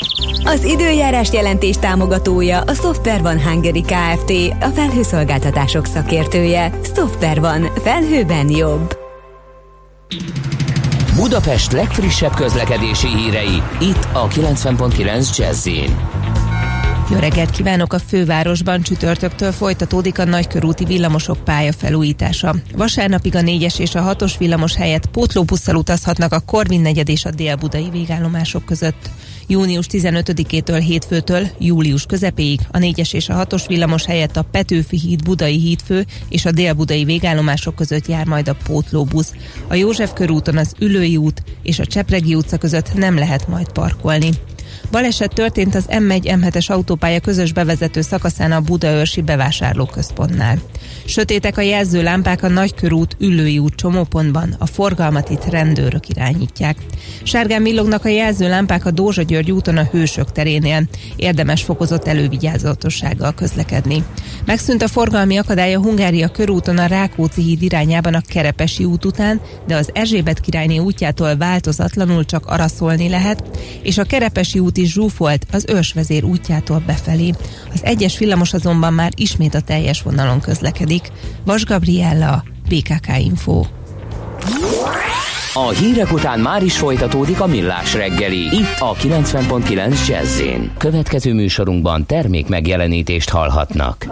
Az időjárás jelentés támogatója a Software One Hungary Kft., a felhőszolgáltatások szakértője. Software One. Felhőben jobb. Budapest legfrissebb közlekedési hírei, itt a kilencven pont kilenc Jazzin. Jó reggelt kívánok! A fővárosban csütörtöktől folytatódik a nagykörúti villamosok pályafelújítása. Vasárnapig a négyes és a hatos villamos helyett pótlóbusszal utazhatnak a Korvin negyed és a dél-budai végállomások között. Június tizenötödikétől hétfőtől július közepéig a négyes és a hatos villamos helyett a Petőfi híd budai hídfő és a dél-budai végállomások között jár majd a pótlóbusz. A József körúton az Ülői út és a Csepregi utca között nem lehet majd parkolni. Baleset történt az M egy M hetes autópálya közös bevezető szakaszán a Budaörsi bevásárlóközpontnál. Sötétek a jelzőlámpák a Nagykörút Üllői út csomópontban, a forgalmat itt rendőrök irányítják. Sárgán villognak a jelzőlámpák a Dózsa-György úton a Hősök terénél. Érdemes fokozott elővigyázatossággal közlekedni. Megszűnt a forgalmi akadály a Hungária körúton a Rákóczi híd irányában a Kerepesi út után, de az Erzsébet királyné útjától változatlanul csak araszolni lehet, és a Kerepesi út út is zsúfolt az Őrsvezér útjától befelé. Az egyes villamos azonban már ismét a teljes vonalon közlekedik. Vas Gabriella, bé ká ká Info. A hírek után már is folytatódik a Millás reggeli, itt a kilencven pont kilenc Jazz-én. Következő műsorunkban termék megjelenítést hallhatnak.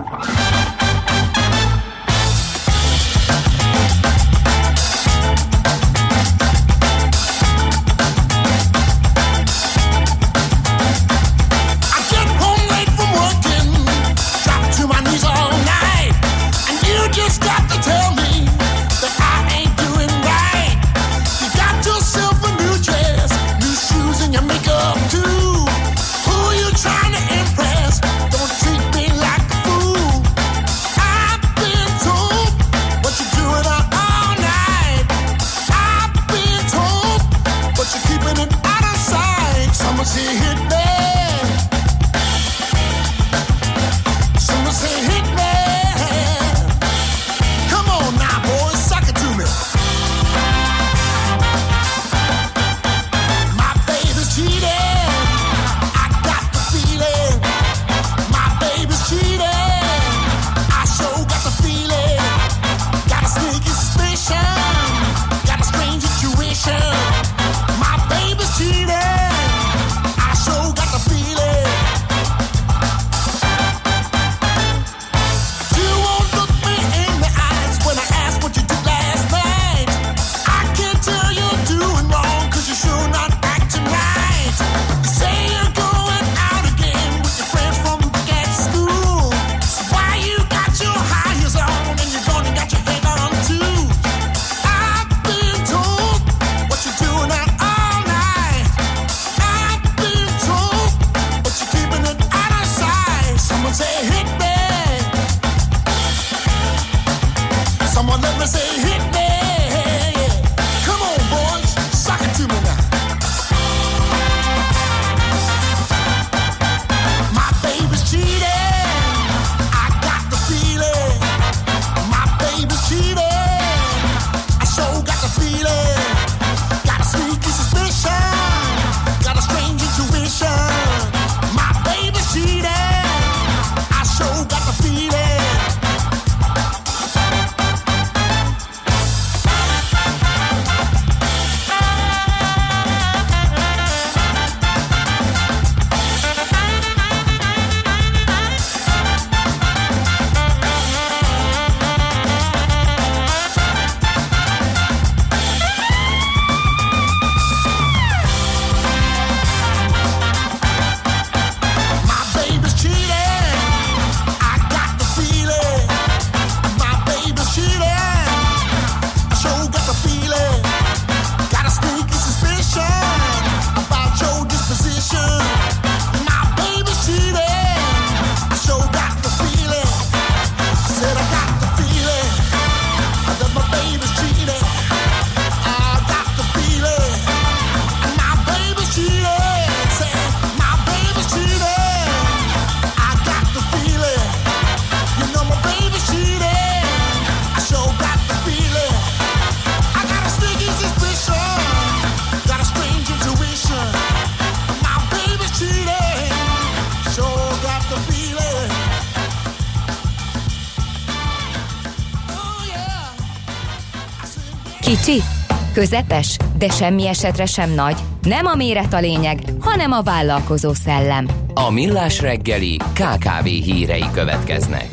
Kicsi, közepes, de semmi esetre sem nagy. Nem a méret a lényeg, hanem a vállalkozó szellem. A Millás reggeli ká ká vé hírei következnek.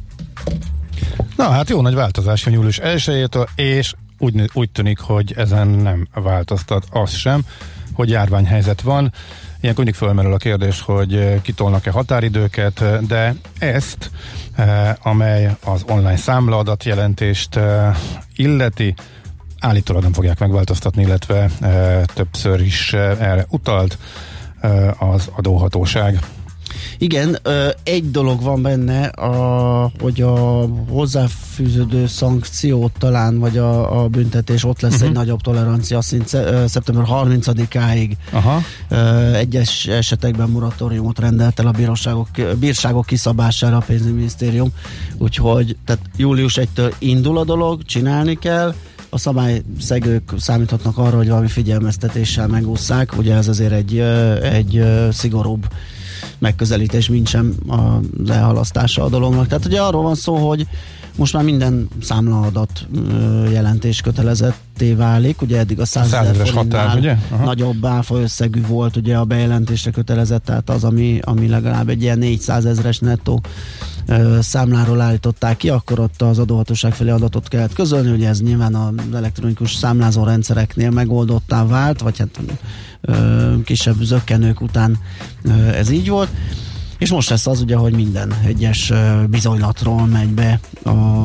Na hát jó nagy változás jön július elsejétől, és úgy, úgy tűnik, hogy ezen nem változtat az sem, hogy járványhelyzet van. Ilyenkor mindig fölmerül a kérdés, hogy kitolnak-e határidőket, de ezt, amely az online számlaadat jelentést illeti, állítólag nem fogják megváltoztatni, illetve e, többször is e, erre utalt e, az adóhatóság. Igen, egy dolog van benne, a, hogy a hozzáfűződő szankció talán, vagy a, a büntetés, ott lesz uh-huh. egy nagyobb tolerancia szint szeptember harmincadikáig. Aha. Egyes esetekben moratóriumot rendelt el a bíróságok, bírságok kiszabására a pénzügyminisztérium, úgyhogy tehát július elsejétől indul a dolog, csinálni kell, A szabályszegők számíthatnak arra, hogy valami figyelmeztetéssel megússzák, ugye ez azért egy, egy szigorúbb megközelítés, mint sem az elhalasztása a dolognak. Tehát ugye arról van szó, hogy most már minden számlaadat jelentés kötelezetté válik, ugye eddig a százezer forintnál nagyobb áfa összegű volt ugye a bejelentésre kötelezett, tehát az, ami, ami legalább egy ilyen négyszázezres nettó ö, számláról állították ki, akkor ott az adóhatóság felé adatot kellett közölni, ugye ez nyilván az elektronikus számlázó rendszereknél megoldottá vált, vagy hát ö, kisebb zökkenők után ö, ez így volt. És most lesz az ugye, hogy minden egyes bizonylatról megy be a,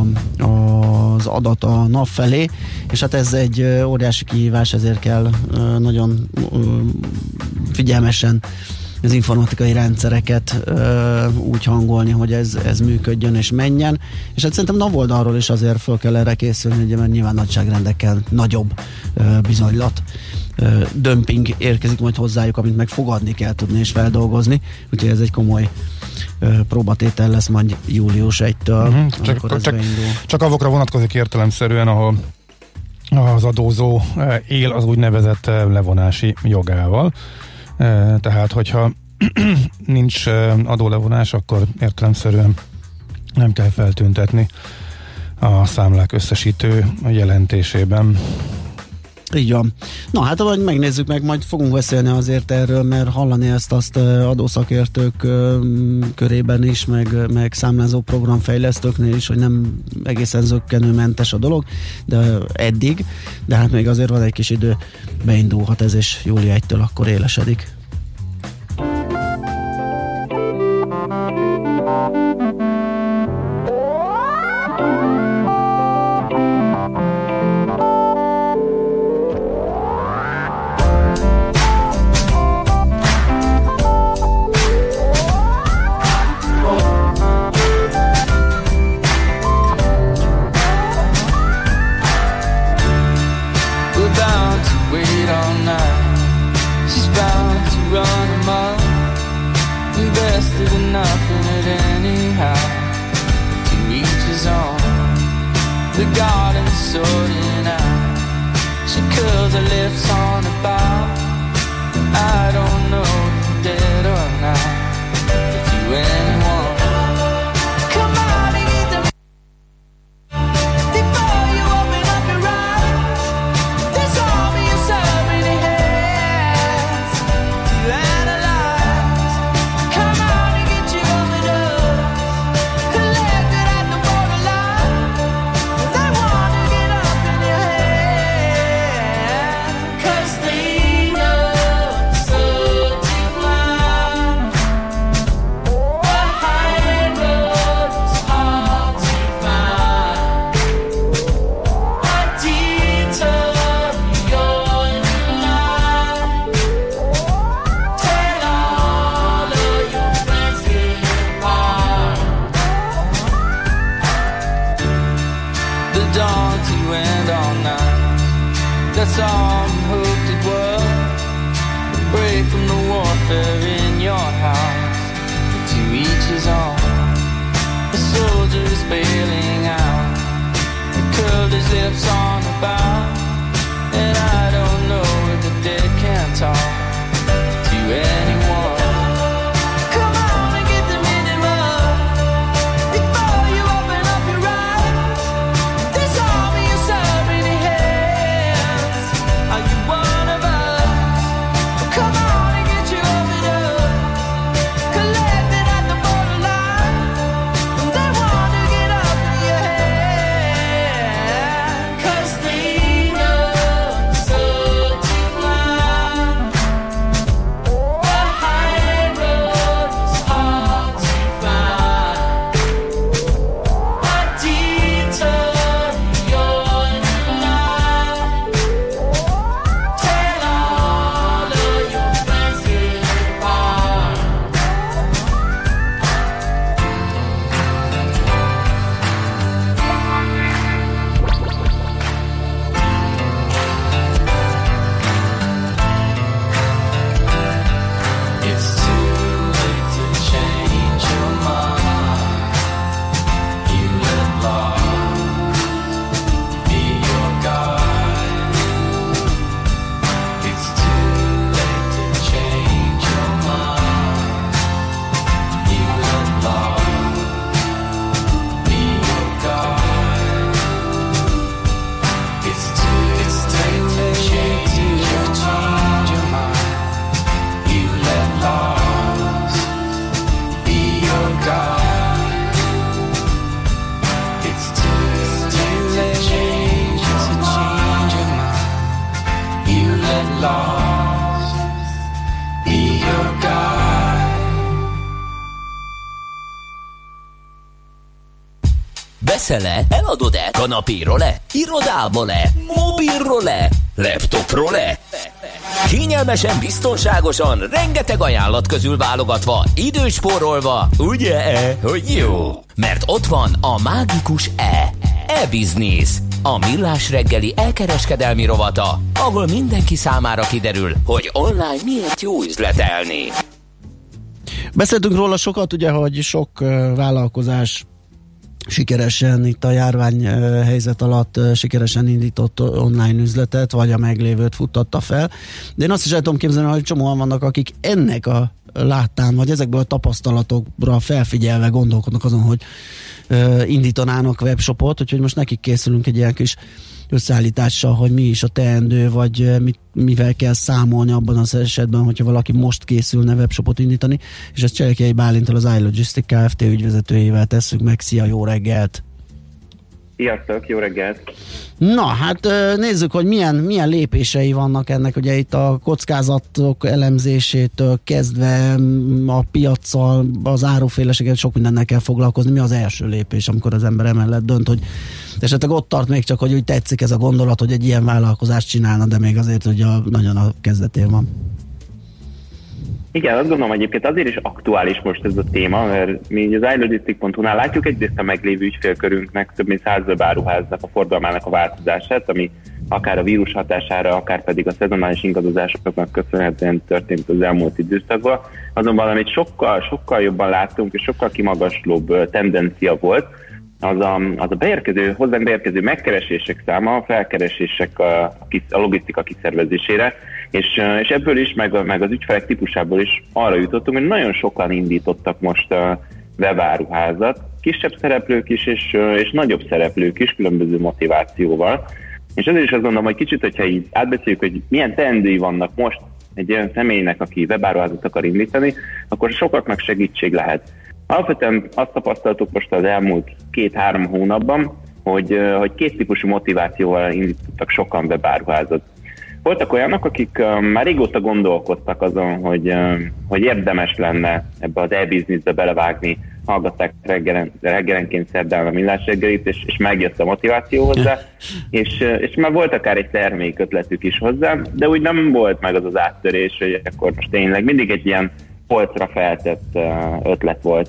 a, az adat a nap felé, és hát ez egy óriási kihívás, ezért kell nagyon figyelmesen az informatikai rendszereket ö, úgy hangolni, hogy ez, ez működjön és menjen, és hát szerintem NAV oldalról is azért föl kell erre készülni, ugye, mert nyilván nagyságrendekkel nagyobb ö, bizonylat ö, dömping érkezik majd hozzájuk, amit meg fogadni kell tudni és feldolgozni, úgyhogy ez egy komoly ö, próbatétel lesz majd július elsejétől, uh-huh. Csak, csak, csak avokra vonatkozik értelemszerűen, ahol az adózó él az úgynevezett levonási jogával. Tehát, hogyha nincs adólevonás, akkor értelemszerűen nem kell feltüntetni a számlák összesítő jelentésében. Így van. Na hát, ahogy megnézzük meg, majd fogunk beszélni azért erről, mert hallani ezt azt adószakértők körében is, meg, meg számlázó programfejlesztőknél is, hogy nem egészen zökkenőmentes a dolog, de eddig, de hát még azért van egy kis idő, beindulhat ez, és július elsejétől akkor élesedik. Come on and get you over there. Veszel-e? Eladod-e? Kanapéról-e? Irodából-e? Mobilról-e? Laptopról-e? Kényelmesen, biztonságosan, rengeteg ajánlat közül válogatva, időspórolva, ugye-e, hogy jó? Mert ott van a mágikus E. E-Business, a millás reggeli elkereskedelmi rovata, ahol mindenki számára kiderül, hogy online miért jó üzletelni. Beszéltünk róla sokat, ugye, hogy sok uh, vállalkozás sikeresen itt a járvány uh, helyzet alatt uh, sikeresen indított online üzletet, vagy a meglévőt futtatta fel. De én azt is el tudom képzelni, hogy csomóan vannak, akik ennek a láttán, vagy ezekből a tapasztalatokra felfigyelve gondolkodnak azon, hogy uh, indítanának webshopot, úgyhogy most nekik készülünk egy ilyen kis összeállítással, hogy mi is a teendő, vagy mit, mivel kell számolni abban az esetben, hogyha valaki most készülne webshopot indítani, és ezt Cselekei Bálinttal, az iLogistics Kft. Ügyvezetőjével tesszük meg. Szia, jó reggelt! Sziasztok, jó reggelt! Na, hát nézzük, hogy milyen, milyen lépései vannak ennek, ugye itt a kockázatok elemzésétől kezdve a piaccal, az áruféleséget, sok mindennel kell foglalkozni. Mi az első lépés, amikor az ember emellett dönt, hogy esetleg ott tart még csak, hogy úgy tetszik ez a gondolat, hogy egy ilyen vállalkozást csinálna, de még azért ugye nagyon a kezdetén van. Igen, azt gondolom egyébként azért is aktuális most ez a téma, mert mi az iLogistics pont hu-nál látjuk egyrészt a meglévő ügyfélkörünknek, több mint száz webáruháznak a forgalmának a változását, ami akár a vírus hatására, akár pedig a szezonális ingadozásoknak köszönhetően történt az elmúlt időszakban. Azonban amit sokkal, sokkal jobban láttunk, és sokkal kimagaslóbb tendencia volt, az a, az a beérkező, hozzánk beérkező megkeresések száma, a felkeresések a, a logisztika kiszervezésére, és, és ebből is, meg, meg az ügyfelek típusából is arra jutottunk, hogy nagyon sokan indítottak most a webáruházat, kisebb szereplők is, és, és nagyobb szereplők is, különböző motivációval. És ezért is azt gondolom, hogy kicsit, hogyha így átbeszéljük, hogy milyen teendői vannak most egy olyan személynek, aki webáruházat akar indítani, akkor sokaknak segítség lehet. Alapvetően azt tapasztaltuk most az elmúlt két-három hónapban, hogy, hogy két típusú motivációval indítottak sokan webáruházat. Voltak olyanok, akik már régóta gondolkodtak azon, hogy, hogy érdemes lenne ebbe az e-businessbe belevágni, hallgatták reggelen, reggelenként szerdán a millás reggelit, és, és megjött a motiváció hozzá, és, és már volt akár egy termék ötletük is hozzá, de úgy nem volt meg az az áttörés, hogy akkor most tényleg mindig egy ilyen polcra feltett ötlet volt.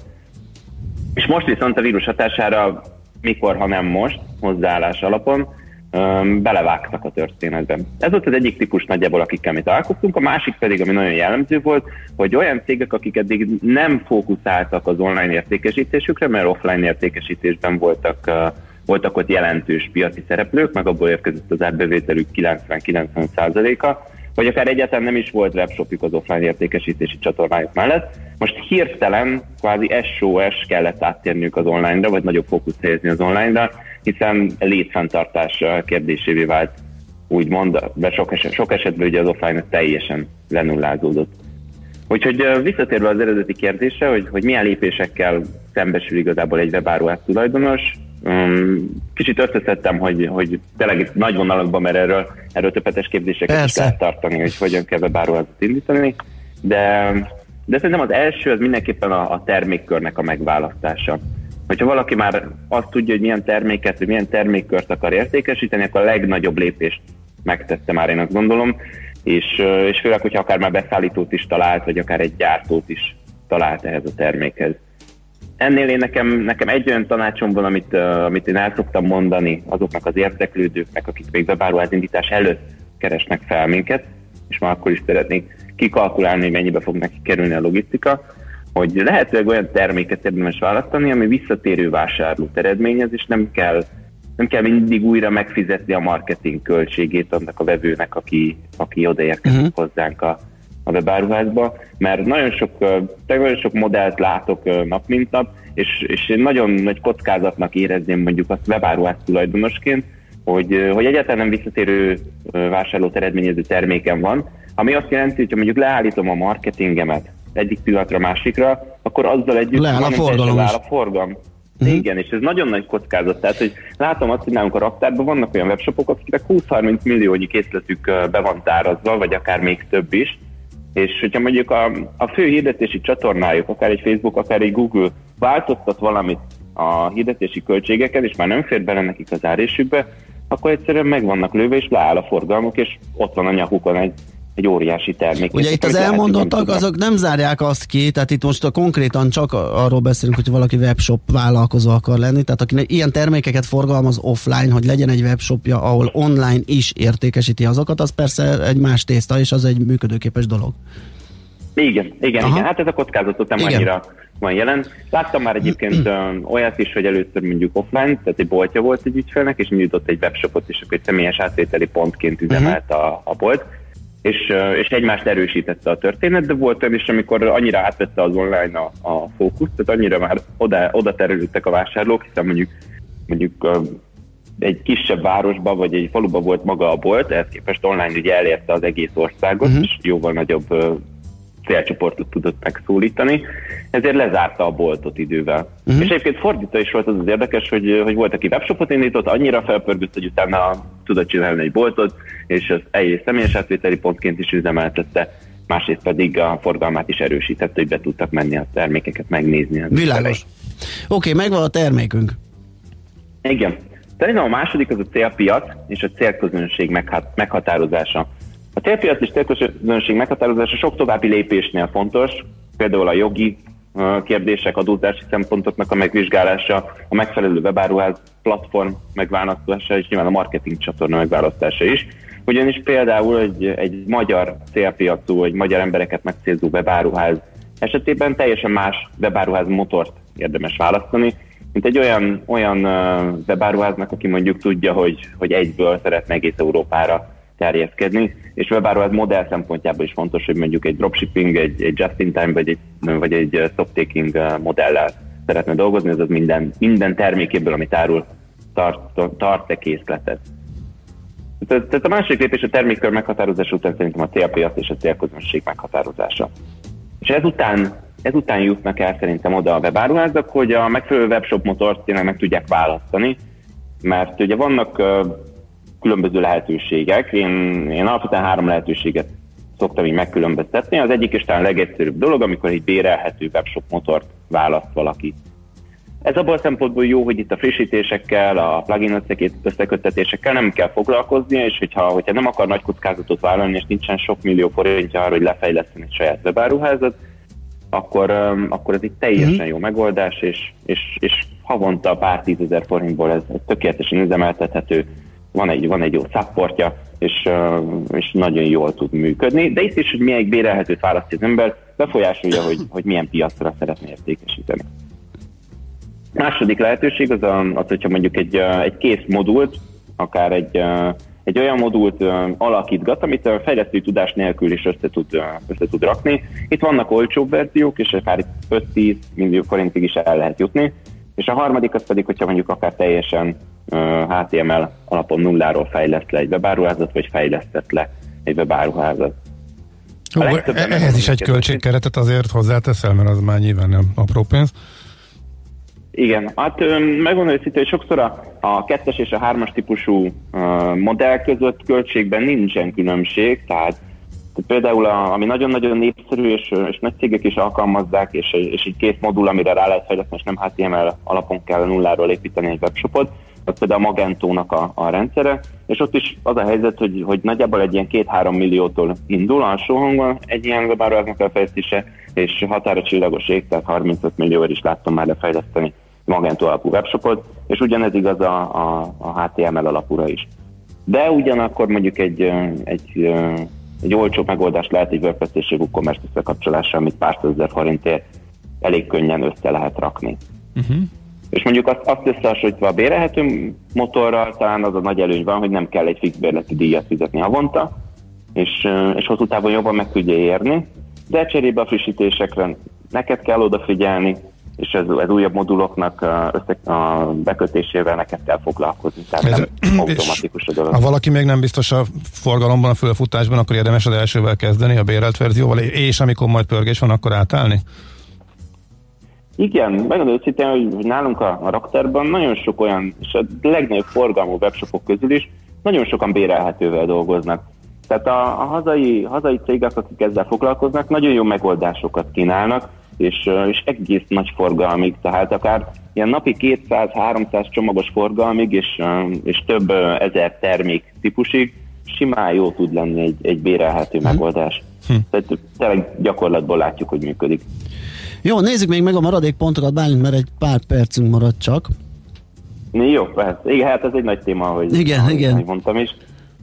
És most viszont a vírus hatására, mikor, ha nem most, hozzáállás alapon, belevágtak a történetben. Ez volt az egyik típus nagyjából, akikkel mi találkoztunk, a másik pedig, ami nagyon jellemző volt, hogy olyan cégek, akik eddig nem fókuszáltak az online értékesítésükre, mert offline értékesítésben voltak, voltak ott jelentős piaci szereplők, meg abból érkezett az árbevételük kilencven-kilencven százaléka, vagy akár egyáltalán nem is volt webshopjuk az offline értékesítési csatornájuk mellett. Most hirtelen kvázi es o es kellett áttérniük az online-ra, vagy nagyobb fókuszt helyezni az online-ra, hiszen létfenntartás kérdésévé vált, úgymond, de sok, eset, sok esetben ugye az offline teljesen lenullázódott. Úgyhogy visszatérve az eredeti kérdésre, hogy, hogy milyen lépésekkel szembesül igazából egy webáruház tulajdonos, kicsit összeszedtem, hogy, hogy tényleg nagy vonalakban, mert erről, erről többetes képzéseket is lehet tartani, hogy hogyan kell webáruházat indítani, de, de szerintem az első az mindenképpen a, a termékkörnek a megválasztása. Hogyha valaki már azt tudja, hogy milyen terméket, vagy milyen termékkört akar értékesíteni, akkor a legnagyobb lépést megtette már, én azt gondolom, és, és főleg, hogyha akár már beszállítót is talált, vagy akár egy gyártót is talált ehhez a termékhez. Ennél én nekem, nekem egy olyan tanácsom van, amit, uh, amit én el szoktam mondani azoknak az érdeklődőknek, akik még webáruház indítás előtt keresnek fel minket, és már akkor is szeretnék kikalkulálni, hogy mennyibe fog neki kerülni a logisztika, hogy lehetőleg olyan terméket érdemes választani, ami visszatérő vásárlót eredményez, és nem kell, nem kell mindig újra megfizetni a marketing költségét annak a vevőnek, aki, aki odaérkezik uh-huh. hozzánk a, a webáruházba, mert nagyon sok, nagyon sok modellt látok nap mint nap, és, és én nagyon nagy kockázatnak érezném mondjuk azt webáruház tulajdonosként, hogy, hogy egyáltalán nem visszatérő vásárlót eredményező terméken van, ami azt jelenti, hogy ha mondjuk leállítom a marketingemet egyik pillanatra másikra, akkor azzal együtt leáll a forgalom. Leáll a forgalom. Uh-huh. Igen, és ez nagyon nagy kockázat. Tehát, hogy látom azt, hogy nálunk a raktárban vannak olyan webshopok, akiknek húsz-harminc milliónyi készletük be van tárazva, vagy akár még több is, és hogyha mondjuk a, a fő hirdetési csatornájuk, akár egy Facebook, akár egy Google változtat valamit a hirdetési költségeken, és már nem fér bele nekik az árésükbe, akkor egyszerűen meg vannak lőve, és leáll a forgalmuk, és ott van a nyakukon egy, egy óriási termék. Ugye itt az elmondottak, azok nem zárják azt ki, tehát itt most a konkrétan csak arról beszélünk, hogy valaki webshop vállalkozó akar lenni, tehát aki ilyen termékeket forgalmaz offline, hogy legyen egy webshopja, ahol online is értékesíti azokat, az persze egy más tészta, és az egy működőképes dolog. Igen, igen, Aha. igen. Hát ez a kockázatot nem igen. annyira van jelen. Láttam már egyébként um, olyat is, hogy először mondjuk offline, tehát egy boltja volt egy ügyfélnek, és nyitott egy webshopot, és akkor egy személyes átvételi pontként üzemelt uh-huh. a, a bolt, és, uh, és egymást erősítette a történet, de volt olyan is, amikor annyira átvette az online a, a fókuszt, tehát annyira már oda, oda terülődtek a vásárlók, hiszen mondjuk, mondjuk uh, egy kisebb városba, vagy egy faluba volt maga a bolt, ehhez képest online ugye elérte az egész országot, uh-huh. és jóval nagyobb uh, célcsoportot tudott megszólítani, ezért lezárta a boltot idővel. Uh-huh. És egyébként fordítva is volt az az érdekes, hogy, hogy volt, aki webshopot indított, annyira felpörgött, hogy utána tudott csinálni egy boltot, és az egyrészt személyes átvételi pontként is üzemeltette, másrészt pedig a forgalmát is erősítette, hogy be tudtak menni a termékeket megnézni. Világos. Oké, okay, megvan a termékünk. Igen. Szerintem a második az a célpiac és a célközönség meghat- meghatározása. A célpiac és célközönség meghatározása sok további lépésnél fontos, például a jogi kérdések, adózási szempontoknak a megvizsgálása, a megfelelő webáruház platform megválasztása, és nyilván a marketing csatorna megválasztása is. Ugyanis például egy, egy magyar célpiacú, egy magyar embereket megcélzó webáruház esetében teljesen más webáruház motort érdemes választani, mint egy olyan, olyan webáruháznak, aki mondjuk tudja, hogy, hogy egyből szeretne egész Európára terjeszkedni, és webáruház modell szempontjából is fontos, hogy mondjuk egy dropshipping, egy, egy just-in-time vagy egy, vagy egy stock-taking modellel szeretne dolgozni, ez az minden, minden termékéből, amit árul, tart, tart-e készletet. Tehát a másik lépés a termékkör meghatározása után szerintem a célpiac és a célközönség meghatározása. És ezután, ezután jutnak el szerintem oda a webáruházak, hogy a megfelelő webshop motort tényleg meg tudják választani, mert ugye vannak különböző lehetőségek. Én, én alapvetően három lehetőséget szoktam így megkülönböztetni. Az egyik és talán legegyszerűbb dolog, amikor egy bérelhető webshop motort választ valaki. Ez abból a szempontból jó, hogy itt a frissítésekkel, a plugin összeköttetésekkel nem kell foglalkoznia, és hogyha, hogyha nem akar nagy kockázatot vállalni, és nincsen sok millió forintja arra, hogy lefejleszteni egy saját webáruházat, akkor, akkor ez egy teljesen mm-hmm. jó megoldás, és, és, és havonta pár tízezer forintból ez, ez tökéletesen üzemeltethető. Van egy, van egy jó supportja, és, uh, és nagyon jól tud működni, de itt is, hogy milyen bérelhetőt választja az ember, befolyásolja, hogy, hogy milyen piacra szeretné értékesíteni. Második lehetőség az, a, az hogyha mondjuk egy, egy kész modult, akár egy, egy olyan modult alakítgat, amit a fejlesztői tudás nélkül is össze tud, össze tud rakni. Itt vannak olcsóbb verziók, és akár öt-tíz millió forintig is el lehet jutni. És a harmadik az pedig, hogyha mondjuk akár teljesen há té em el alapon nulláról fejleszt le egy webáruházat, vagy fejlesztett le egy webáruházat. Hú, ehhez is egy költségkeretet azért hozzáteszel, mert az már nyilván nem apró pénz. Igen, hát megmondom őszintén, hogy sokszor a, a kettes és a hármas típusú uh, modell között költségben nincsen különbség, tehát például a, ami nagyon-nagyon népszerű, és, és nagy cégek is alkalmazzák, és, és egy kész modul, amire rá lehet fejleszteni, és nem há té em el alapon kell nulláról építeni egy webshopot, az például a Magentónak a, a rendszere, és ott is az a helyzet, hogy, hogy nagyjából egy ilyen két-három milliótól indul alsó hangon egy ilyen webáruháznak a fejlesztése, és határa csillagos ég, tehát harmincöt millióért is láttam már lefejleszteni Magento alapú webshopot, és ugyanez igaz a, a, a há té em el alapúra is. De ugyanakkor mondjuk egy, egy, egy olcsó megoldás lehet egy WordPress és egy WooCommerce összekapcsolása, amit pár százezer forintért elég könnyen össze lehet rakni. Uh-huh. És mondjuk azt, azt összehasonlítva a bérelhető motorral, talán az a nagy előny van, hogy nem kell egy fix bérleti díjat fizetni havonta, és, és hosszú távon jobban meg tudja érni, de cserébe a frissítésekre neked kell odafigyelni, és ez, ez újabb moduloknak össze, a bekötésével neked kell foglalkozni. Tehát ez nem automatikus a dolog. Ha valaki még nem biztos a forgalomban, a fölfutásban, akkor érdemes az elsővel kezdeni, a bérelt verzióval, és amikor majd pörgés van, akkor átállni? Igen, megmondom őszintén, hogy nálunk a, a Rakterban nagyon sok olyan, és a legnagyobb forgalmú webshopok közül is nagyon sokan bérelhetővel dolgoznak. Tehát a, a hazai, hazai cégek, akik ezzel foglalkoznak, nagyon jó megoldásokat kínálnak, és, és egész nagy forgalmig, tehát akár ilyen napi kétszáz-háromszáz csomagos forgalmig, és, és több ezer termék típusig simán jó tud lenni egy, egy bérelhető hm. megoldás. Hm. Tehát tényleg gyakorlatból látjuk, hogy működik. Jó, nézzük még meg a maradék pontokat, Bálint, mert egy pár percünk maradt csak. Jó, persze. Igen, hát ez egy nagy téma, hogy igen, ahogy, igen. ahogy mondtam is.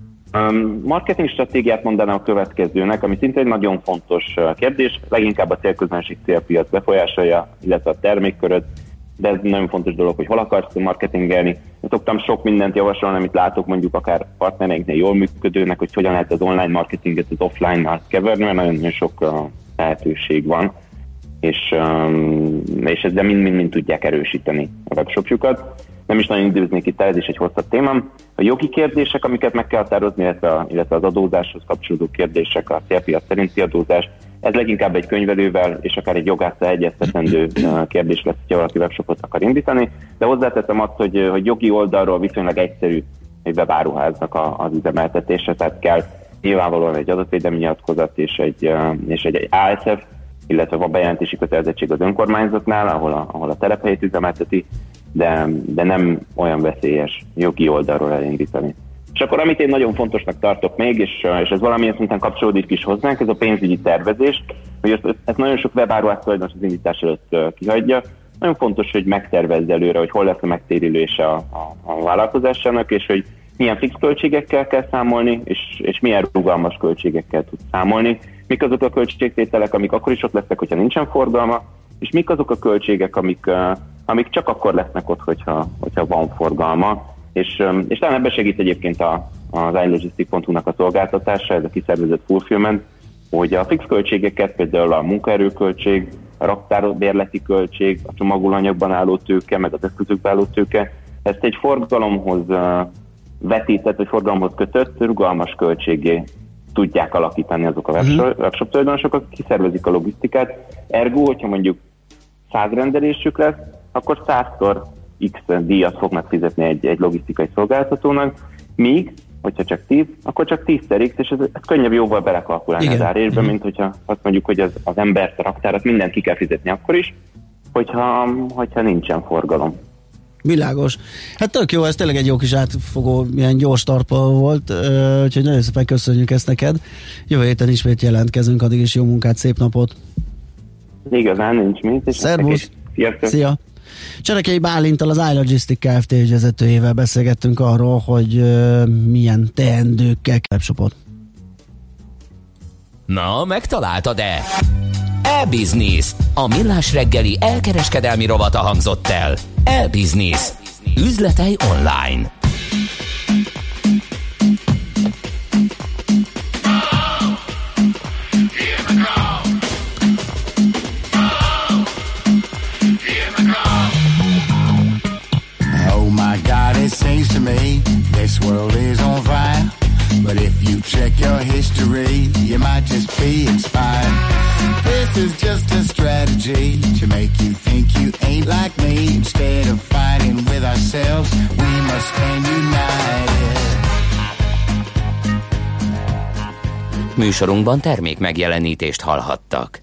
Um, marketing stratégiát mondanám a következőnek, ami szintén egy nagyon fontos kérdés, leginkább a célközönség célpiac befolyásolja, illetve a termékköröd, de ez nagyon fontos dolog, hogy hol akarsz marketingelni. Én szoktam sok mindent javasolni, amit látok mondjuk akár partnereinknél jól működőnek, hogy hogyan lehet az online marketinget az offline-nal keverni, mert nagyon-nagyon sok uh, lehetőség van, és, um, és ezzel mind-mind tudják erősíteni a webshopjukat. Nem is nagyon időznék itt el, ez is egy hosszabb témám. A jogi kérdések, amiket meg kell határozni, illetve, illetve az adózáshoz kapcsolódó kérdések, a célpiac szerinti adózás, ez leginkább egy könyvelővel és akár egy jogásszal egyeztetendő kérdés lesz, ha valaki webshopot akar indítani, de hozzáteszem azt, hogy, hogy jogi oldalról viszonylag egyszerű egy webáruháznak az üzemeltetése, tehát kell nyilvánvalóan egy adatvédelmi nyilatkozat és egy, és egy á es ef, illetve van bejelentési kötelezettség az önkormányzatnál, ahol a, ahol a telephelyét üzemelteti, de, de nem olyan veszélyes jogi oldalról elindítani. És akkor amit én nagyon fontosnak tartok még, és, és ez valamilyen szinten kapcsolódik is hozzánk, ez a pénzügyi tervezés, hogy ezt, ezt nagyon sok webáruház tulajdonos az indítás előtt kihagyja. Nagyon fontos, hogy megtervezz előre, hogy hol lesz a megtérülése a, a, a vállalkozásának, és hogy milyen fix költségekkel kell számolni, és, és milyen rugalmas költségekkel tud számolni. Mik azok a költségtételek, amik akkor is ott lesznek, hogyha nincsen forgalma, és mik azok a költségek, amik, amik csak akkor lesznek ott, hogyha, hogyha van forgalma. És, és talán ebben segít egyébként a, az iLogistic pont hu-nak a szolgáltatása, ez a kiszervezett fulfillment, hogy a fix költségeket, például a munkaerőköltség, a raktárbérleti költség, a csomagolóanyagban álló tőke, meg az eszközökben álló tőke, ezt egy forgalomhoz vetített, vagy forgalomhoz kötött, rugalmas költségé tudják alakítani azok a webshop, webshop tulajdonosok, akik kiszervezik a logisztikát. Ergo, hogyha mondjuk száz rendelésük lesz, akkor százszor X díjat fognak fizetni egy, egy logisztikai szolgáltatónak, míg, hogyha csak tíz, akkor csak tízszer X, és ez, ez könnyebb jóval belekalkulálni az árérbe, mint hogyha azt mondjuk, hogy az, az embert, a raktárat mindent ki kell fizetni akkor is, hogyha, hogyha nincsen forgalom. Világos. Hát tök jó, ez tényleg egy jó kis átfogó, ilyen gyors tarpa volt, úgyhogy nagyon szépen köszönjük ezt neked. Jövő héten ismét jelentkezünk, addig is jó munkát, szép napot! Igazán nincs mit. Szervusz! Szia! Cserekei Bálinttal, az iLogistic Kft. Ügyvezetőjével beszélgettünk arról, hogy uh, milyen teendőkkel webshopot. Na, megtaláltad-e? E-Business, a millás reggeli elkereskedelmi rovata hangzott el. E-Business. Üzletei online. Oh my God, it seems to me this world is on fire. But if you check your history, you might just be inspired. This is just a strategy to make you think you ain't like me. Instead of fighting with ourselves, we must stand united. Műsorunkban termék megjelenítést hallhattak.